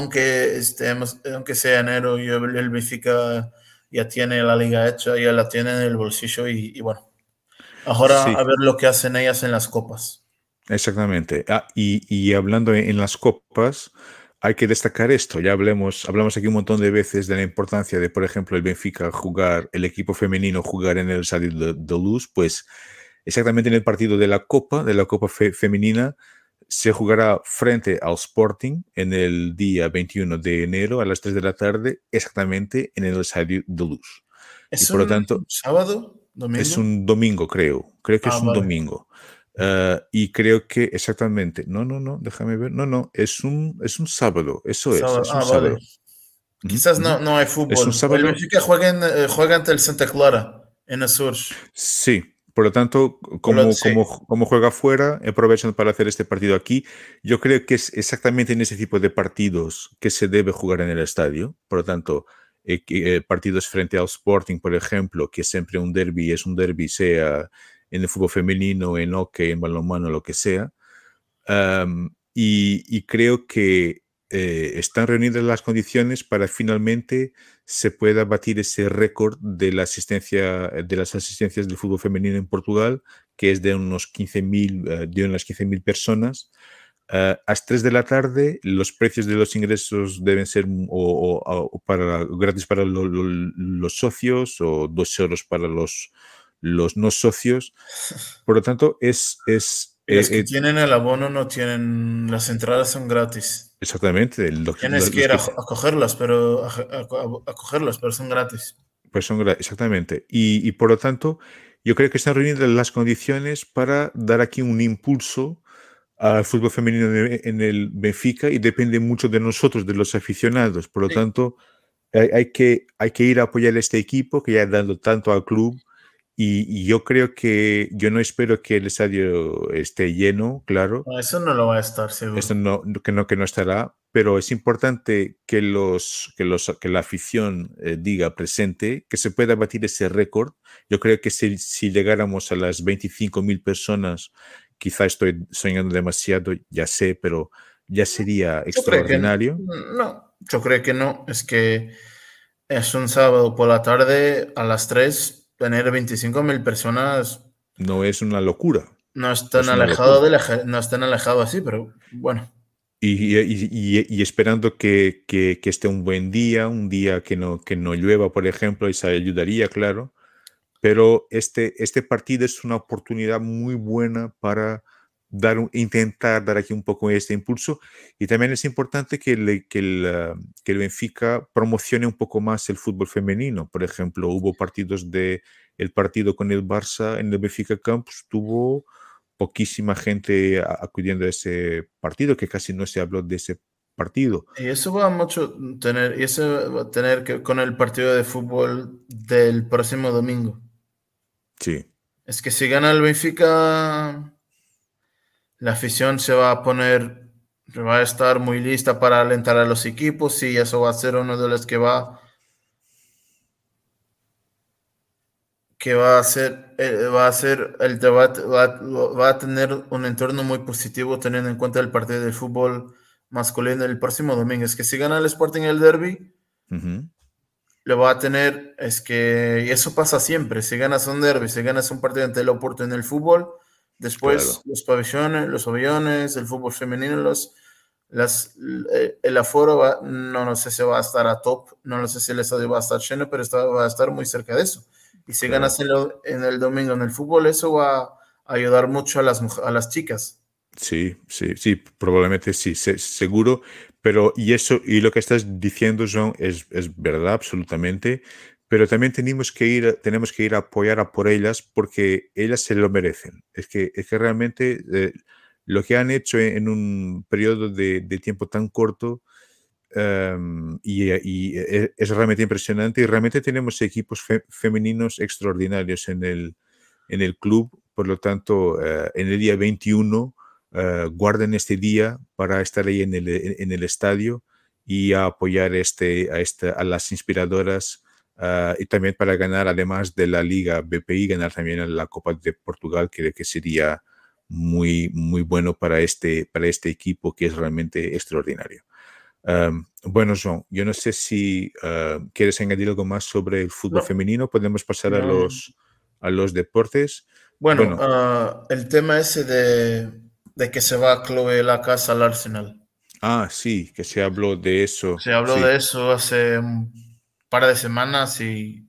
aunque sea enero, el Benfica ya tiene la liga hecha, ya la tiene en el bolsillo y bueno, ahora sí, a ver lo que hacen ellas en las copas. exactamente. Y hablando en las copas, hay que destacar esto. Ya hablamos aquí un montón de veces de la importancia de, por ejemplo, el Benfica jugar, el equipo femenino jugar en el Estadio de Luz, pues exactamente en el partido de la Copa Femenina, se jugará frente al Sporting en el día 21 de enero a las 3 de la tarde, exactamente en el Estadio de Luz. Y ¿Es por lo un tanto, sábado? es ¿Domingo? un domingo, creo que Ah, es un vale. domingo. Y creo que exactamente, no, déjame ver, no, es un sábado, eso Sábado. es un Ah, vale. sábado. Ujú, Quizás ujú. no hay Es un fútbol. El sábado. Benfica juega ante el Santa Clara en Açores. Sí, por lo tanto, Sí, como juega afuera, aprovechan para hacer este partido aquí. Yo creo que es exactamente en ese tipo de partidos que se debe jugar en el estadio. Por lo tanto, partidos frente al Sporting, por ejemplo, que siempre un derby es un derby, sea en el fútbol femenino, en hockey, en balonmano, lo que sea. Y creo que están reunidas las condiciones para finalmente se pueda batir ese récord de la asistencia, de las asistencias del fútbol femenino en Portugal, que es de unos 15.000, de unas 15.000 personas. A las 3 de la tarde, los precios de los ingresos deben ser o para, gratis para los socios o 2 euros para los no socios. Por lo tanto, y los que tienen el abono no tienen, las entradas son gratis. exactamente, Tienes que los ir que a cogerlas, pero a cogerlas, pero son gratis. pues son exactamente. Y por lo tanto, yo creo que están reunidas las condiciones para dar aquí un impulso al fútbol femenino en el Benfica y depende mucho de nosotros, de los aficionados. Por lo Sí. tanto, hay que ir a apoyar a este equipo que ya ha dado tanto al club y yo creo que yo no espero que el estadio esté lleno, claro. No, eso no lo va a estar Esto seguro. que no estará, pero es importante que la afición diga presente, que se pueda batir ese récord. Yo creo que si llegáramos a las 25.000 personas, quizá estoy soñando demasiado, ya sé, pero ya sería Yo creo que extraordinario. no, yo creo que no. Es que es un sábado por la tarde a las 3 tener 25.000 personas No es una locura, no es no tan es una alejado locura. no es tan alejado así, pero bueno. Y esperando que esté un buen día, un día que no llueva, por ejemplo, eso ayudaría, claro. Pero este partido es una oportunidad muy buena para intentar dar aquí un poco este impulso y también es importante que el Benfica promocione un poco más el fútbol femenino. Por ejemplo, hubo partidos el partido con el Barça en el Benfica Campus tuvo poquísima gente acudiendo a ese partido, que casi no se habló de ese partido. Y eso va mucho tener, y eso va a tener que con el partido de fútbol del próximo domingo. Sí, Es que si gana el Benfica, la afición se va a poner, va a estar muy lista para alentar a los equipos y eso va a ser uno de los que va a ser el debate, va a tener un entorno muy positivo teniendo en cuenta el partido de fútbol masculino el próximo domingo. Es que si gana el Sporting el derby, ujú, lo va a tener, es que y eso pasa siempre. Si ganas un derby, si ganas un partido ante el Oporto en el fútbol, después claro, los pabellones, los pabellones, el fútbol femenino, el aforo no sé si va a estar a top, no sé si el estadio va a estar lleno, pero va a estar muy cerca de eso. Y si ganas claro. en el domingo en el fútbol, eso va a ayudar mucho a las chicas. Sí, sí, sí, probablemente sí, seguro, pero y eso, y lo que estás diciendo, John, es verdad, absolutamente, pero también tenemos que ir a apoyar a por ellas porque ellas se lo merecen. Es que realmente lo que han hecho en un periodo de tiempo tan corto es realmente impresionante y realmente tenemos equipos femeninos extraordinarios en el club, por lo tanto, en el día 21 guarden este día para estar ahí en el estadio y a apoyar a las inspiradoras y también para ganar, además de la Liga BPI, ganar también la Copa de Portugal, que sería muy bueno para este equipo que es realmente extraordinario. Bueno, John, yo no sé si quieres añadir algo más sobre el fútbol No, femenino. Podemos pasar no. a los deportes. Bueno, Bueno, el tema ese de que se va Chloe Lacasse al Arsenal. sí, que se habló de eso. Se habló Sí, de eso hace un par de semanas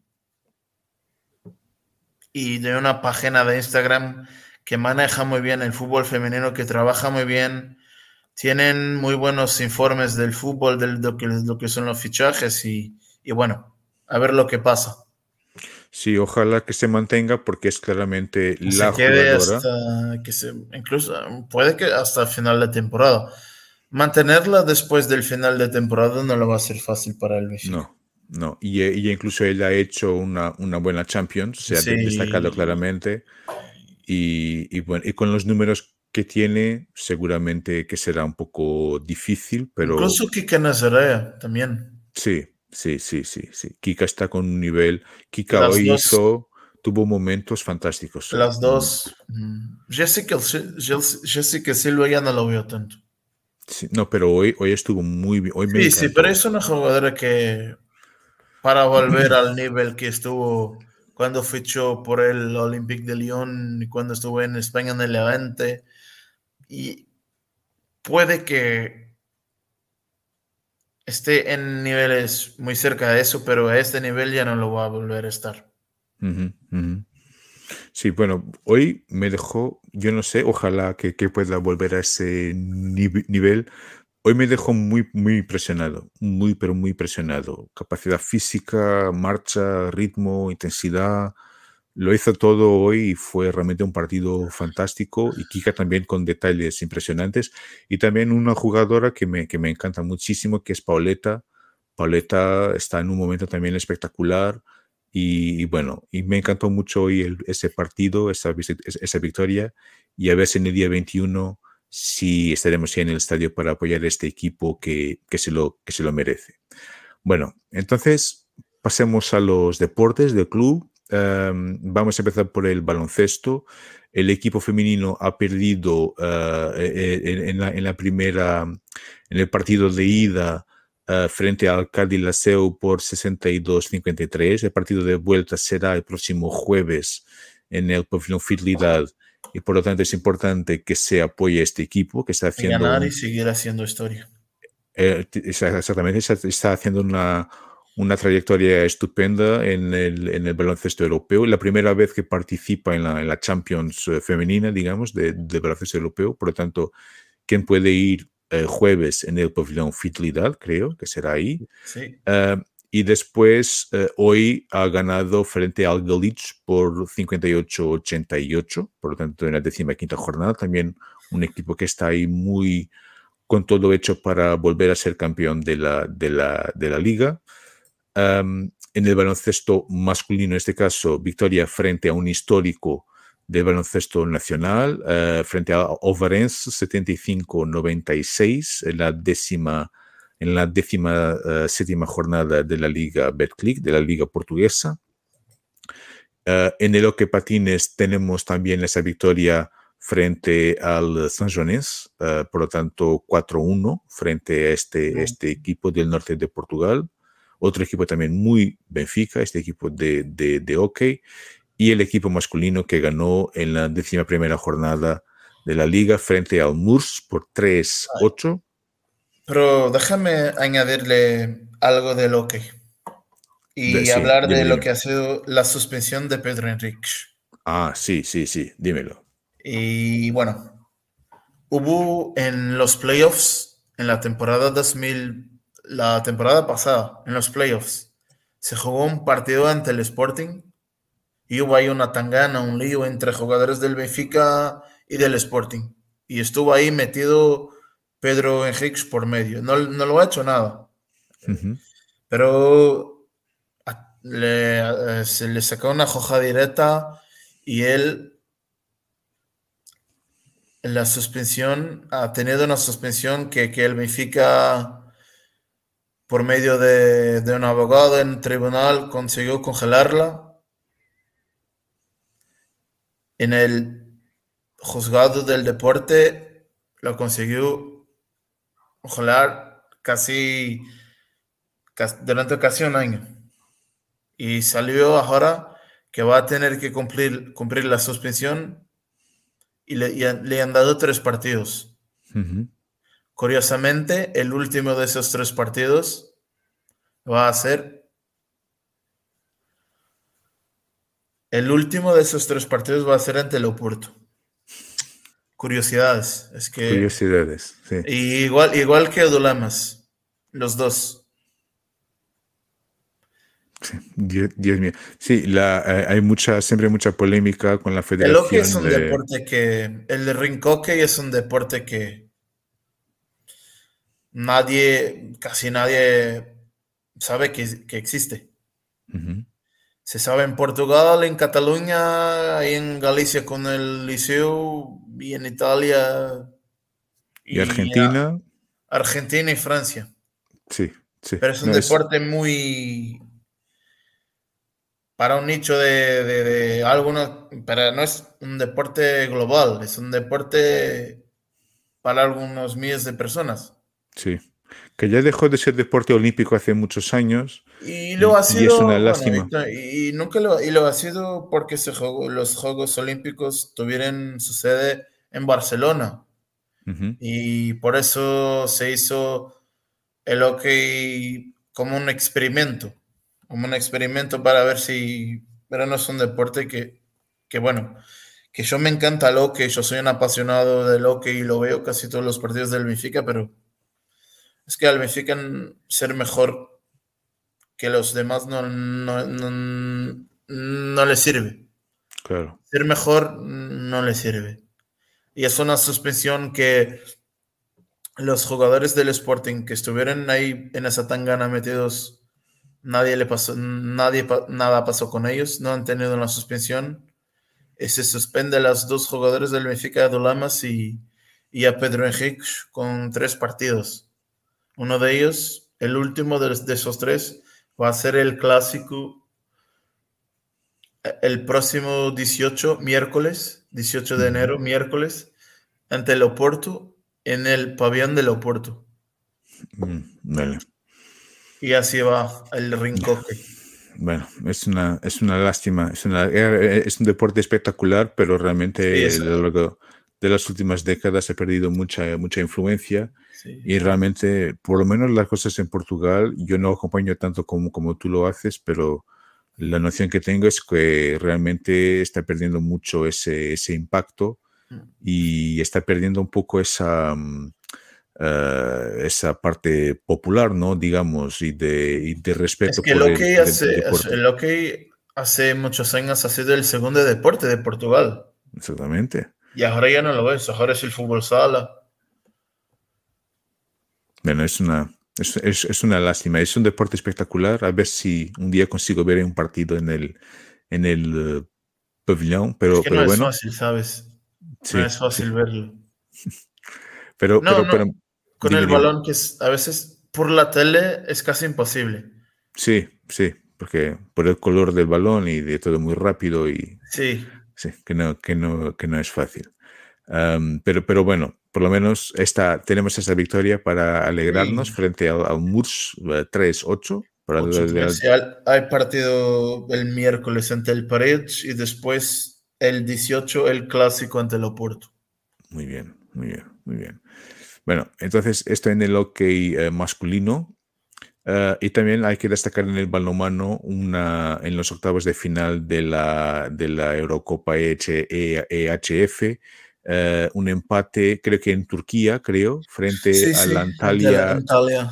y de una página de Instagram que maneja muy bien el fútbol femenino, que trabaja muy bien. Tienen muy buenos informes del fútbol, de lo que son los fichajes y bueno, a ver lo que pasa. sí, ojalá que se mantenga porque es claramente Que la se quede jugadora. hasta incluso puede que hasta el final de temporada. Mantenerla después del final de temporada no lo va a ser fácil para el Benfica. No, no. Y incluso él ha hecho una buena Champions, se ha destacado Sí, claramente. Y bueno, y con los números que tiene, seguramente que será un poco difícil, pero incluso Kika Nazarea también. sí, sí, sí, sí, sí. Kika está con un nivel. Kika Las hoy dos, tuvo momentos fantásticos hoy. las dos. Jessica Silva ya no lo veo tanto. Sí, no, pero hoy estuvo muy bien. Hoy me Sí, sí, pero encantó. es una jugadora que para volver al nivel que estuvo cuando fichó por el Olympique de Lyon y cuando estuvo en España en el Levante. Y puede que esté en niveles muy cerca de eso, pero a este nivel ya no lo va a volver a estar. Ujú, ujú. Sí, bueno, hoy me dejó, yo no sé, ojalá que pueda volver a ese nivel. Hoy me dejó muy impresionado, pero muy impresionado. Capacidad física, marcha, ritmo, intensidad. Lo hizo todo hoy y fue realmente un partido fantástico. Y Kika también con detalles impresionantes. Y también una jugadora que me encanta muchísimo, que es Pauleta. Pauleta está en un momento también espectacular. Y bueno, y me encantó mucho hoy ese partido, esa victoria. Y a ver si en el día 21 si estaremos ya en el estadio para apoyar a este equipo que se lo merece. Bueno, entonces pasemos a los deportes del club. Vamos a empezar por el baloncesto. El equipo femenino ha perdido en la primera, en el partido de ida frente al Cádiz Liceo por 62-53. El partido de vuelta será el próximo jueves en el pabellón Fidelidad y por lo tanto es importante que se apoye a este equipo que está Y haciendo ganar y seguir haciendo historia. exactamente, está haciendo una trayectoria estupenda en el baloncesto europeo. La primera vez que participa en la Champions femenina, digamos, de baloncesto europeo. Por lo tanto, ¿quién puede ir jueves en el pabellón Fidelidad? Creo que será ahí. Sí. Uh, Y después, hoy ha ganado frente al Galich por 58-88, por lo tanto, en la 15ª jornada. También un equipo que está ahí muy con todo hecho para volver a ser campeón de la liga. En el baloncesto masculino, en este caso, victoria frente a un histórico del baloncesto nacional, frente a Ovarense, 75-96, en la 17ª jornada de la Liga Betclic, de la Liga Portuguesa. En el hockey patines tenemos también esa victoria frente al Sanjonense, por lo tanto 4-1 frente a este equipo del norte de Portugal. Otro equipo también muy Benfica, este equipo de hockey, y el equipo masculino que ganó en la 11ª jornada de la liga frente al Murs por 3-8. Pero déjame añadirle algo del hockey y Sí, hablar de lo dime. que ha sido la suspensión de Pedro Henrique. Sí, dímelo. Y bueno, hubo en los playoffs, en la temporada 2000, la temporada pasada, en los playoffs, se jugó un partido ante el Sporting y hubo ahí una tangana, un lío entre jugadores del Benfica y del Sporting. Y estuvo ahí metido Pedro Henriques por medio. No lo ha hecho nada, Uh-huh. pero se le sacó una hoja directa y él en la suspensión ha tenido una suspensión que el Benfica por medio de un abogado en tribunal consiguió congelarla. En el juzgado del deporte lo consiguió congelar durante casi un año. Y salió ahora que va a tener que cumplir la suspensión y le han dado 3 partidos. Uh-huh. Curiosamente, el último de esos 3 partidos va a ser ante el Oporto. Curiosidades, es que Curiosidades, sí. igual que Dulamas, los dos. Sí, Dios mío. Sí, hay siempre mucha polémica con la El hockey es federación. un deporte el de rink hockey es un deporte que casi nadie sabe que existe. Uh-huh. Se sabe en Portugal, en Cataluña, y en Galicia con el Liceo, y en Italia, Y y Argentina, Argentina y Francia. sí. Pero es un No deporte muy para un nicho de algunos, pero no es un deporte global, es un deporte para algunos miles de personas. sí. Que ya dejó de ser deporte olímpico hace muchos años Y lo ha y es una sido, bueno, lástima. y nunca lo ha sido porque los Juegos Olímpicos tuvieron su sede en Barcelona. Uh-huh. Y por eso se hizo el hockey como un experimento para ver si, pero no es un deporte bueno, que yo me encanta el hockey, yo soy un apasionado del hockey y lo veo casi todos los partidos del Benfica, pero es que al Benfica ser mejor que los demás no le sirve. Claro. Ser mejor no le sirve. Y es una suspensión que los jugadores del Sporting que estuvieron ahí en esa tangana metidos, nada pasó con ellos, no han tenido una suspensión. Se suspende a los 2 jugadores del Benfica, a Dulamas y a Pedro Henrique con 3 partidos. Uno de ellos, el último de esos 3, va a ser el clásico el próximo 18 de enero, miércoles, ante el Oporto, en el pabellón del Oporto. Vale. Y así va el rink hockey. Bueno, es una lástima. Es un deporte espectacular, pero realmente Sí, a lo largo de las últimas décadas ha perdido mucha influencia. sí. Y realmente, por lo menos las cosas en Portugal, yo no acompaño tanto como tú lo haces, pero la noción que tengo es que realmente está perdiendo mucho ese impacto y está perdiendo un poco esa parte popular, ¿no? Digamos, y de Es respeto que el hockey por el hace, deporte. el hockey hace muchos años ha sido el segundo deporte de Portugal. Exactamente. Y ahora ya no lo es, ahora es el fútbol sala. Bueno, es una lástima. Es un deporte espectacular. A ver si un día consigo ver un partido en el pabellón, Es que no pero es bueno, fácil, ¿sabes? No sí, es sí. fácil verlo. Pero, No, con dime, el dime. balón que es, a veces por la tele es casi imposible. Sí, sí, porque por el color del balón y de todo muy rápido y Sí, sí, que no es fácil. Pero bueno, por lo menos tenemos esta victoria para alegrarnos sí. frente al Murs 3-8. 8-3. Y hay partido el miércoles ante el Paredes y después el 18 el clásico ante el Oporto. Muy bien, muy bien, muy bien. Bueno, entonces esto en el hockey masculino. Y también hay que destacar en el balonmano en los octavos de final de la Eurocopa EHF, un empate, creo que en Turquía, frente Sí, al sí, Antalya Antalya.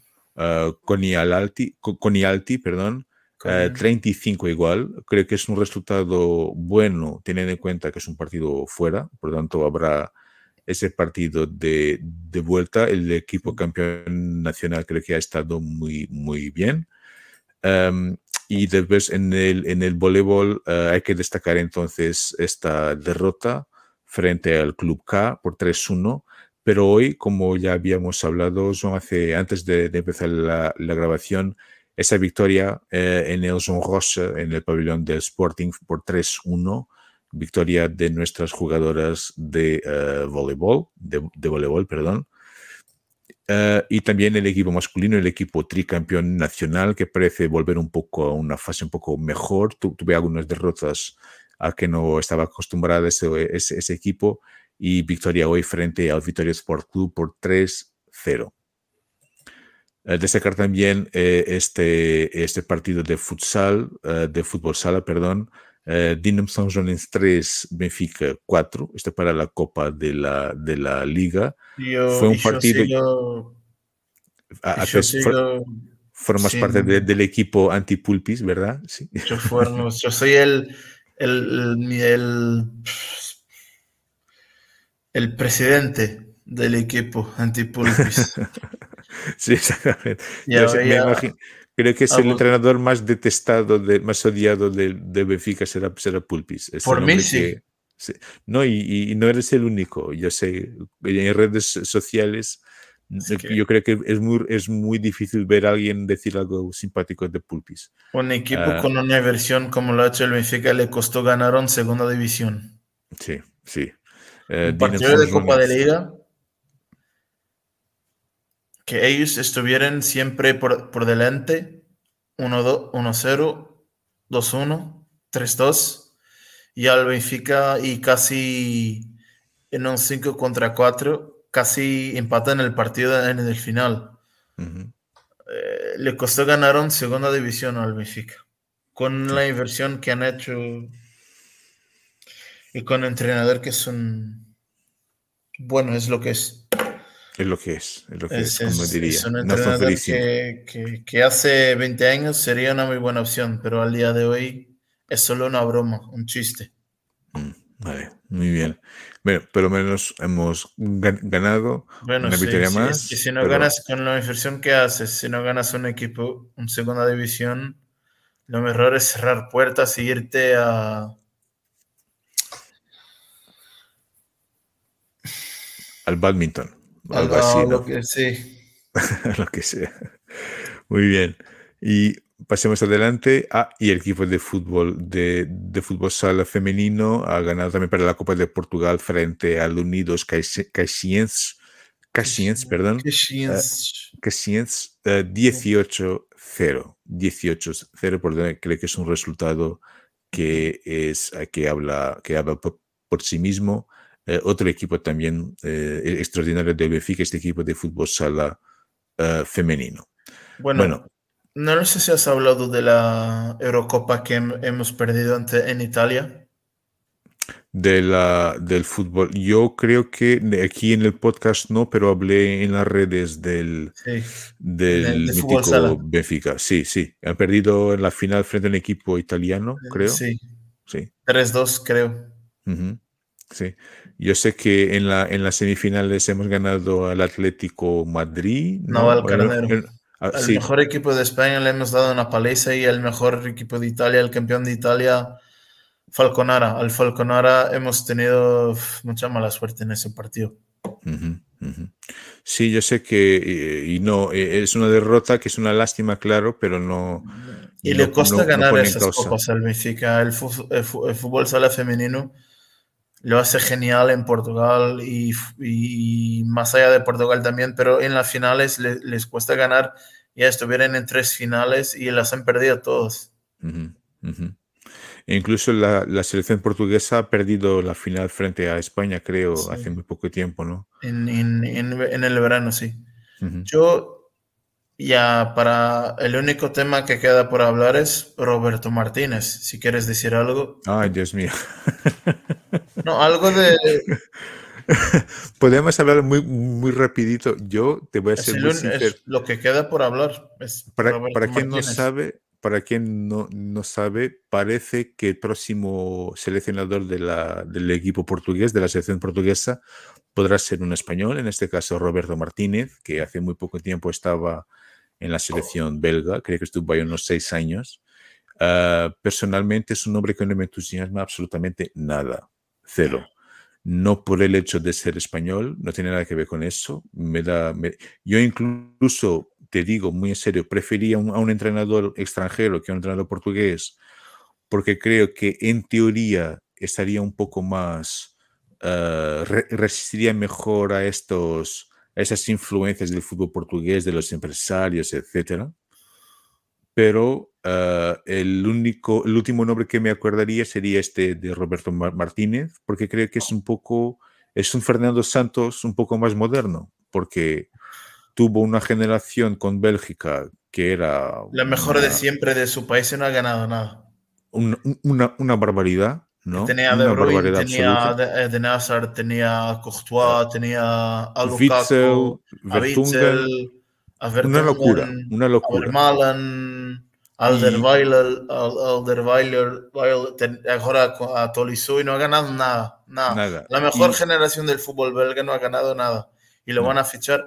Konialti, perdón, Con 35 igual. Creo que es un resultado bueno, teniendo en cuenta que es un partido fuera, por lo tanto habrá ese partido de vuelta. El equipo campeón nacional creo que ha estado muy, muy bien. Um, y después en el voleibol hay que destacar entonces esta derrota frente al Club K por 3-1. Pero hoy, como ya habíamos hablado, antes de empezar la grabación, esa victoria en el Jean Roche, en el pabellón del Sporting por 3-1, victoria de nuestras jugadoras de voleibol, perdón. Y también el equipo masculino, el equipo tricampeón nacional, que parece volver un poco a una fase un poco mejor. Tuve algunas derrotas a que no estaba acostumbrada ese equipo, y victoria hoy frente al Vitoria Sport Club por 3-0. Destacar también este partido de fútbol sala, perdón. Dinamo São Joanense 3, Benfica 4, para la Copa de la Liga. Fue y un yo partido, sigo, y yo haces, sigo formas parte sin, del equipo anti-Pulpis, ¿verdad? Sí. yo soy el, el presidente del equipo Antipulpis. Sí, exactamente. Y Yo ahora me ya imagino, creo que es el hago, entrenador más detestado, más odiado de Benfica, será Pulpis. Es por el mí hombre sí. que... Sí. No, y no eres el único. Yo sé, en redes sociales, Es que yo creo que es muy difícil ver a alguien decir algo simpático de Pulpis. un equipo Ah, con una versión como lo ha hecho el Benfica le costó ganar en segunda división. sí, sí. Un Dinamo partido São de Copa de Joanense. Liga que ellos estuvieran siempre por delante, 1-2, 1-0, 2-1, 3-2, y al Benfica y casi en un 5-4, casi empatan el partido en el final. Ujú, Le costó ganar en segunda división al Benfica, con sí. la inversión que han hecho y con el entrenador que es bueno, es lo que es. Es lo que es, como Es diría. un Nelson entrenador Veríssimo. que hace 20 años sería una muy buena opción, pero al día de hoy es solo una broma, un chiste. Vale, muy bien. Bueno, por lo menos hemos ganado Bueno, una sí, victoria sí, es que más, si no pero ganas con la inversión que haces, si no ganas un equipo en segunda división, lo mejor es cerrar puertas y irte al badminton, o algo a así, lo ¿no? que sí. Lo que sea. Muy bien. Y pasemos adelante. Y el equipo de fútbol sala femenino ha ganado también para la Copa de Portugal frente al Unidos Caxiense, Caxiense, perdón. Que eh, chins. Caxiense 18-0. 18-0, por lo que creo que es un resultado que habla por sí mismo. Otro equipo también extraordinario del Benfica, este equipo de fútbol sala femenino. Bueno, Bueno, no sé si has hablado de la Eurocopa que hemos perdido en Italia. del fútbol. Yo creo que aquí en el podcast no, pero hablé en las redes Sí, del de fútbol mítico sala. Benfica. Sí, sí. Han perdido en la final frente a un equipo italiano, creo. Sí, Sí. 3-2 creo. Ujú. Sí. Yo sé que en las semifinales hemos ganado al Atlético Madrid, ¿no? Naval Carnero. Al Sí. mejor equipo de España le hemos dado una paliza y el mejor equipo de Italia, el campeón de Italia, Falconara. Al Falconara hemos tenido mucha mala suerte en ese partido. Ujú, ujú. Sí, yo sé que, y no, es una derrota que es una lástima, claro, pero Y le cuesta no ganar pone en esas causa. copas al Benfica. El fútbol sala femenino lo hace genial en Portugal y más allá de Portugal también, pero en las finales les cuesta ganar. Ya estuvieron en 3 finales y las han perdido todas. Ujú, ujú. E incluso la selección portuguesa ha perdido la final frente a España, creo, hace Sí. muy poco tiempo, ¿no? En el verano, sí. Ujú. Yo, ya para el único tema que queda por hablar es Roberto Martínez. Si quieres decir algo. Ay, Dios mío. No, algo de... Podemos hablar muy, muy rapidito. Yo te voy a ser muy sincero. Es lo que queda por hablar, es Roberto Para quien no Martínez. sabe, para quien no sabe, parece que el próximo seleccionador del equipo portugués, de la selección portuguesa, podrá ser un español, en este caso Roberto Martínez, que hace muy poco tiempo estaba en la selección belga, creo que estuvo ahí unos 6 años. Personalmente es un nombre que no me entusiasma absolutamente nada, cero. No por el hecho de ser español, no tiene nada que ver con eso. Yo incluso, te digo muy en serio, prefería a un entrenador extranjero que a un entrenador portugués, porque creo que en teoría estaría un poco más, resistiría mejor a esas influencias del fútbol portugués, de los empresarios, etcétera. Pero el último nombre que me acordaría sería este de Roberto Martínez, porque creo que es un Fernando Santos un poco más moderno, porque tuvo una generación con Bélgica que era La mejor de una, siempre de su país y no ha ganado nada. una barbaridad, Que ¿no? tenía De Una Bruyne, barbaridad tenía absoluta. Eden Hazard, tenía Eh, Courtois, tenía a Witzel, Lukaku, a Witzel, Vertonghen, a una locura, Vertonghen, una a locura. Vermaelen, Y Alderweireld, ahora a Tolisso y no ha ganado nada, nada. nada, La mejor y generación del fútbol belga no ha ganado nada y lo van no, a fichar.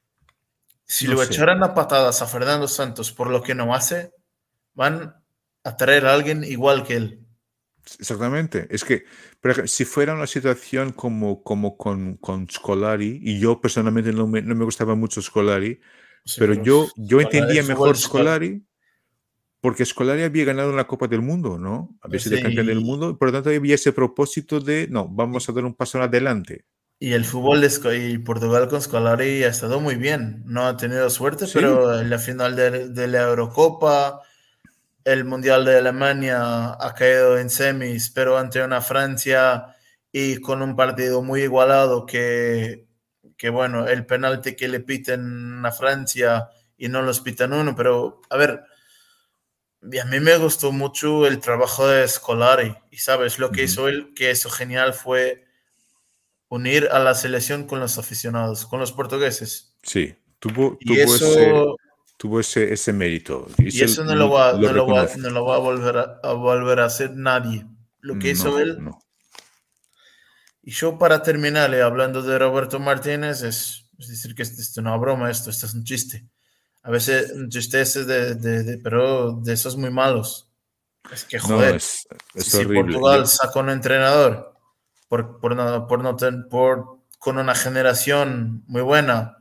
Si no lo sé. echaran a patadas a Fernando Santos por lo que no hace, van a traer a alguien igual que él. Exactamente. Es que, por ejemplo, si fuera una situación como con Scolari, y yo personalmente no me gustaba mucho Scolari, Sí, pero pero yo el entendía fútbol mejor es igual. Scolari porque Scolari había ganado la Copa del Mundo, ¿no? Había sido campeón del Sí, mundo, y por lo tanto había ese propósito de, no, vamos a dar un paso adelante. y el fútbol y Portugal con Scolari ha estado muy bien. No ha tenido suerte, Sí, pero en la final de la Eurocopa, el Mundial de Alemania ha caído en semis, pero ante una Francia y con un partido muy igualado que bueno, el penalti que le piten a Francia y no los pitan uno, pero a ver, y a mí me gustó mucho el trabajo de Scolari y sabes, lo que ujú, hizo él, que eso genial fue unir a la selección con los aficionados, con los portugueses. sí, Y eso, tuvo ese mérito, y y eso lo no reconozco. lo va a volver a hacer nadie. Lo que No, hizo él. no. Y yo para terminar, hablando de Roberto Martínez, es decir que esto es una broma, esto es un chiste. A veces un chiste ese pero de esos muy malos. Es que, No, joder, es si horrible. Yo, Portugal saca un entrenador con una generación muy buena,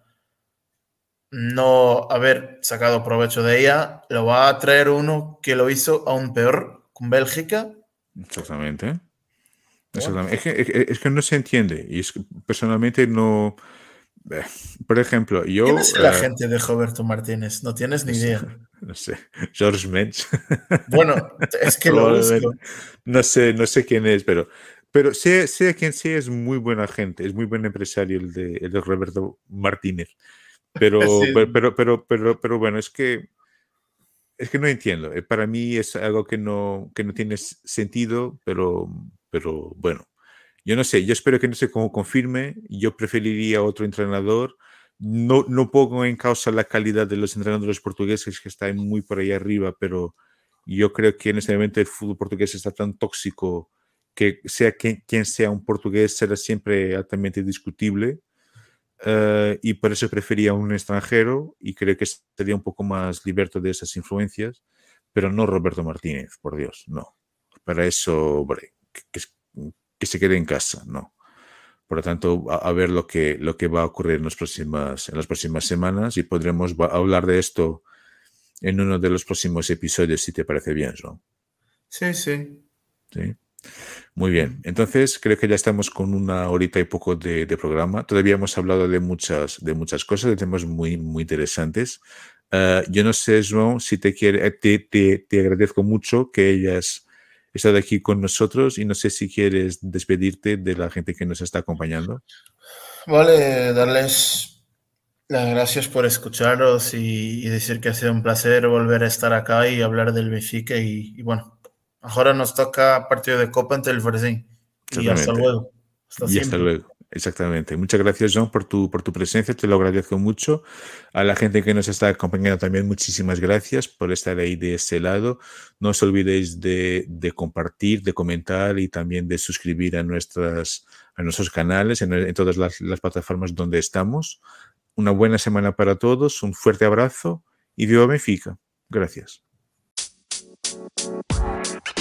no haber sacado provecho de ella, lo va a traer uno que lo hizo aún peor con Bélgica. exactamente. Bueno, Exactamente. Es que no se entiende. Y es que personalmente no. eh, Por ejemplo, ¿quién yo. es el agente de Roberto Martínez? No tienes No ni sé, idea. no sé. George Mensch. Bueno, es que lo busco. Probablemente. No sé quién es, pero sé quién sí es muy buena gente, es muy buen empresario el de Roberto Martínez. Sí. Pero bueno, es que no entiendo. Para mí es algo que no tiene sentido, pero bueno. Yo no sé, yo espero que no se confirme. Yo preferiría otro entrenador. No, no pongo en causa la calidad de los entrenadores portugueses que están muy por ahí arriba, pero yo creo que en este momento el fútbol portugués está tan tóxico que sea quien sea un portugués será siempre altamente discutible. Y por eso prefería un extranjero y creo que sería un poco más liberto de esas influencias, pero no Roberto Martínez, por Dios, no. Para eso, hombre, que se quede en casa, no. Por lo tanto, a ver lo que va a ocurrir en las próximas semanas y podremos hablar de esto en uno de los próximos episodios, si te parece bien, Joan. Sí, sí. ¿Sí? Muy bien, entonces creo que ya estamos con una horita y poco de programa. Todavía hemos hablado de muchas cosas, de temas muy, muy interesantes. Yo no sé, Joan, si te quiere, te agradezco mucho que hayas estado aquí con nosotros y no sé si quieres despedirte de la gente que nos está acompañando. Vale, darles las gracias por escucharos y decir que ha sido un placer volver a estar acá y hablar del Benfica y bueno, ahora nos toca partido de Copa ante el Varzim y hasta Exactamente. luego, hasta Y hasta siempre. luego. Exactamente. Muchas gracias, John, por tu presencia. Te lo agradezco mucho. A la gente que nos está acompañando también, muchísimas gracias por estar ahí de ese lado. No os olvidéis de compartir, de comentar y también de suscribir a nuestros canales en todas las plataformas donde estamos. Una buena semana para todos, un fuerte abrazo y viva Benfica. Gracias.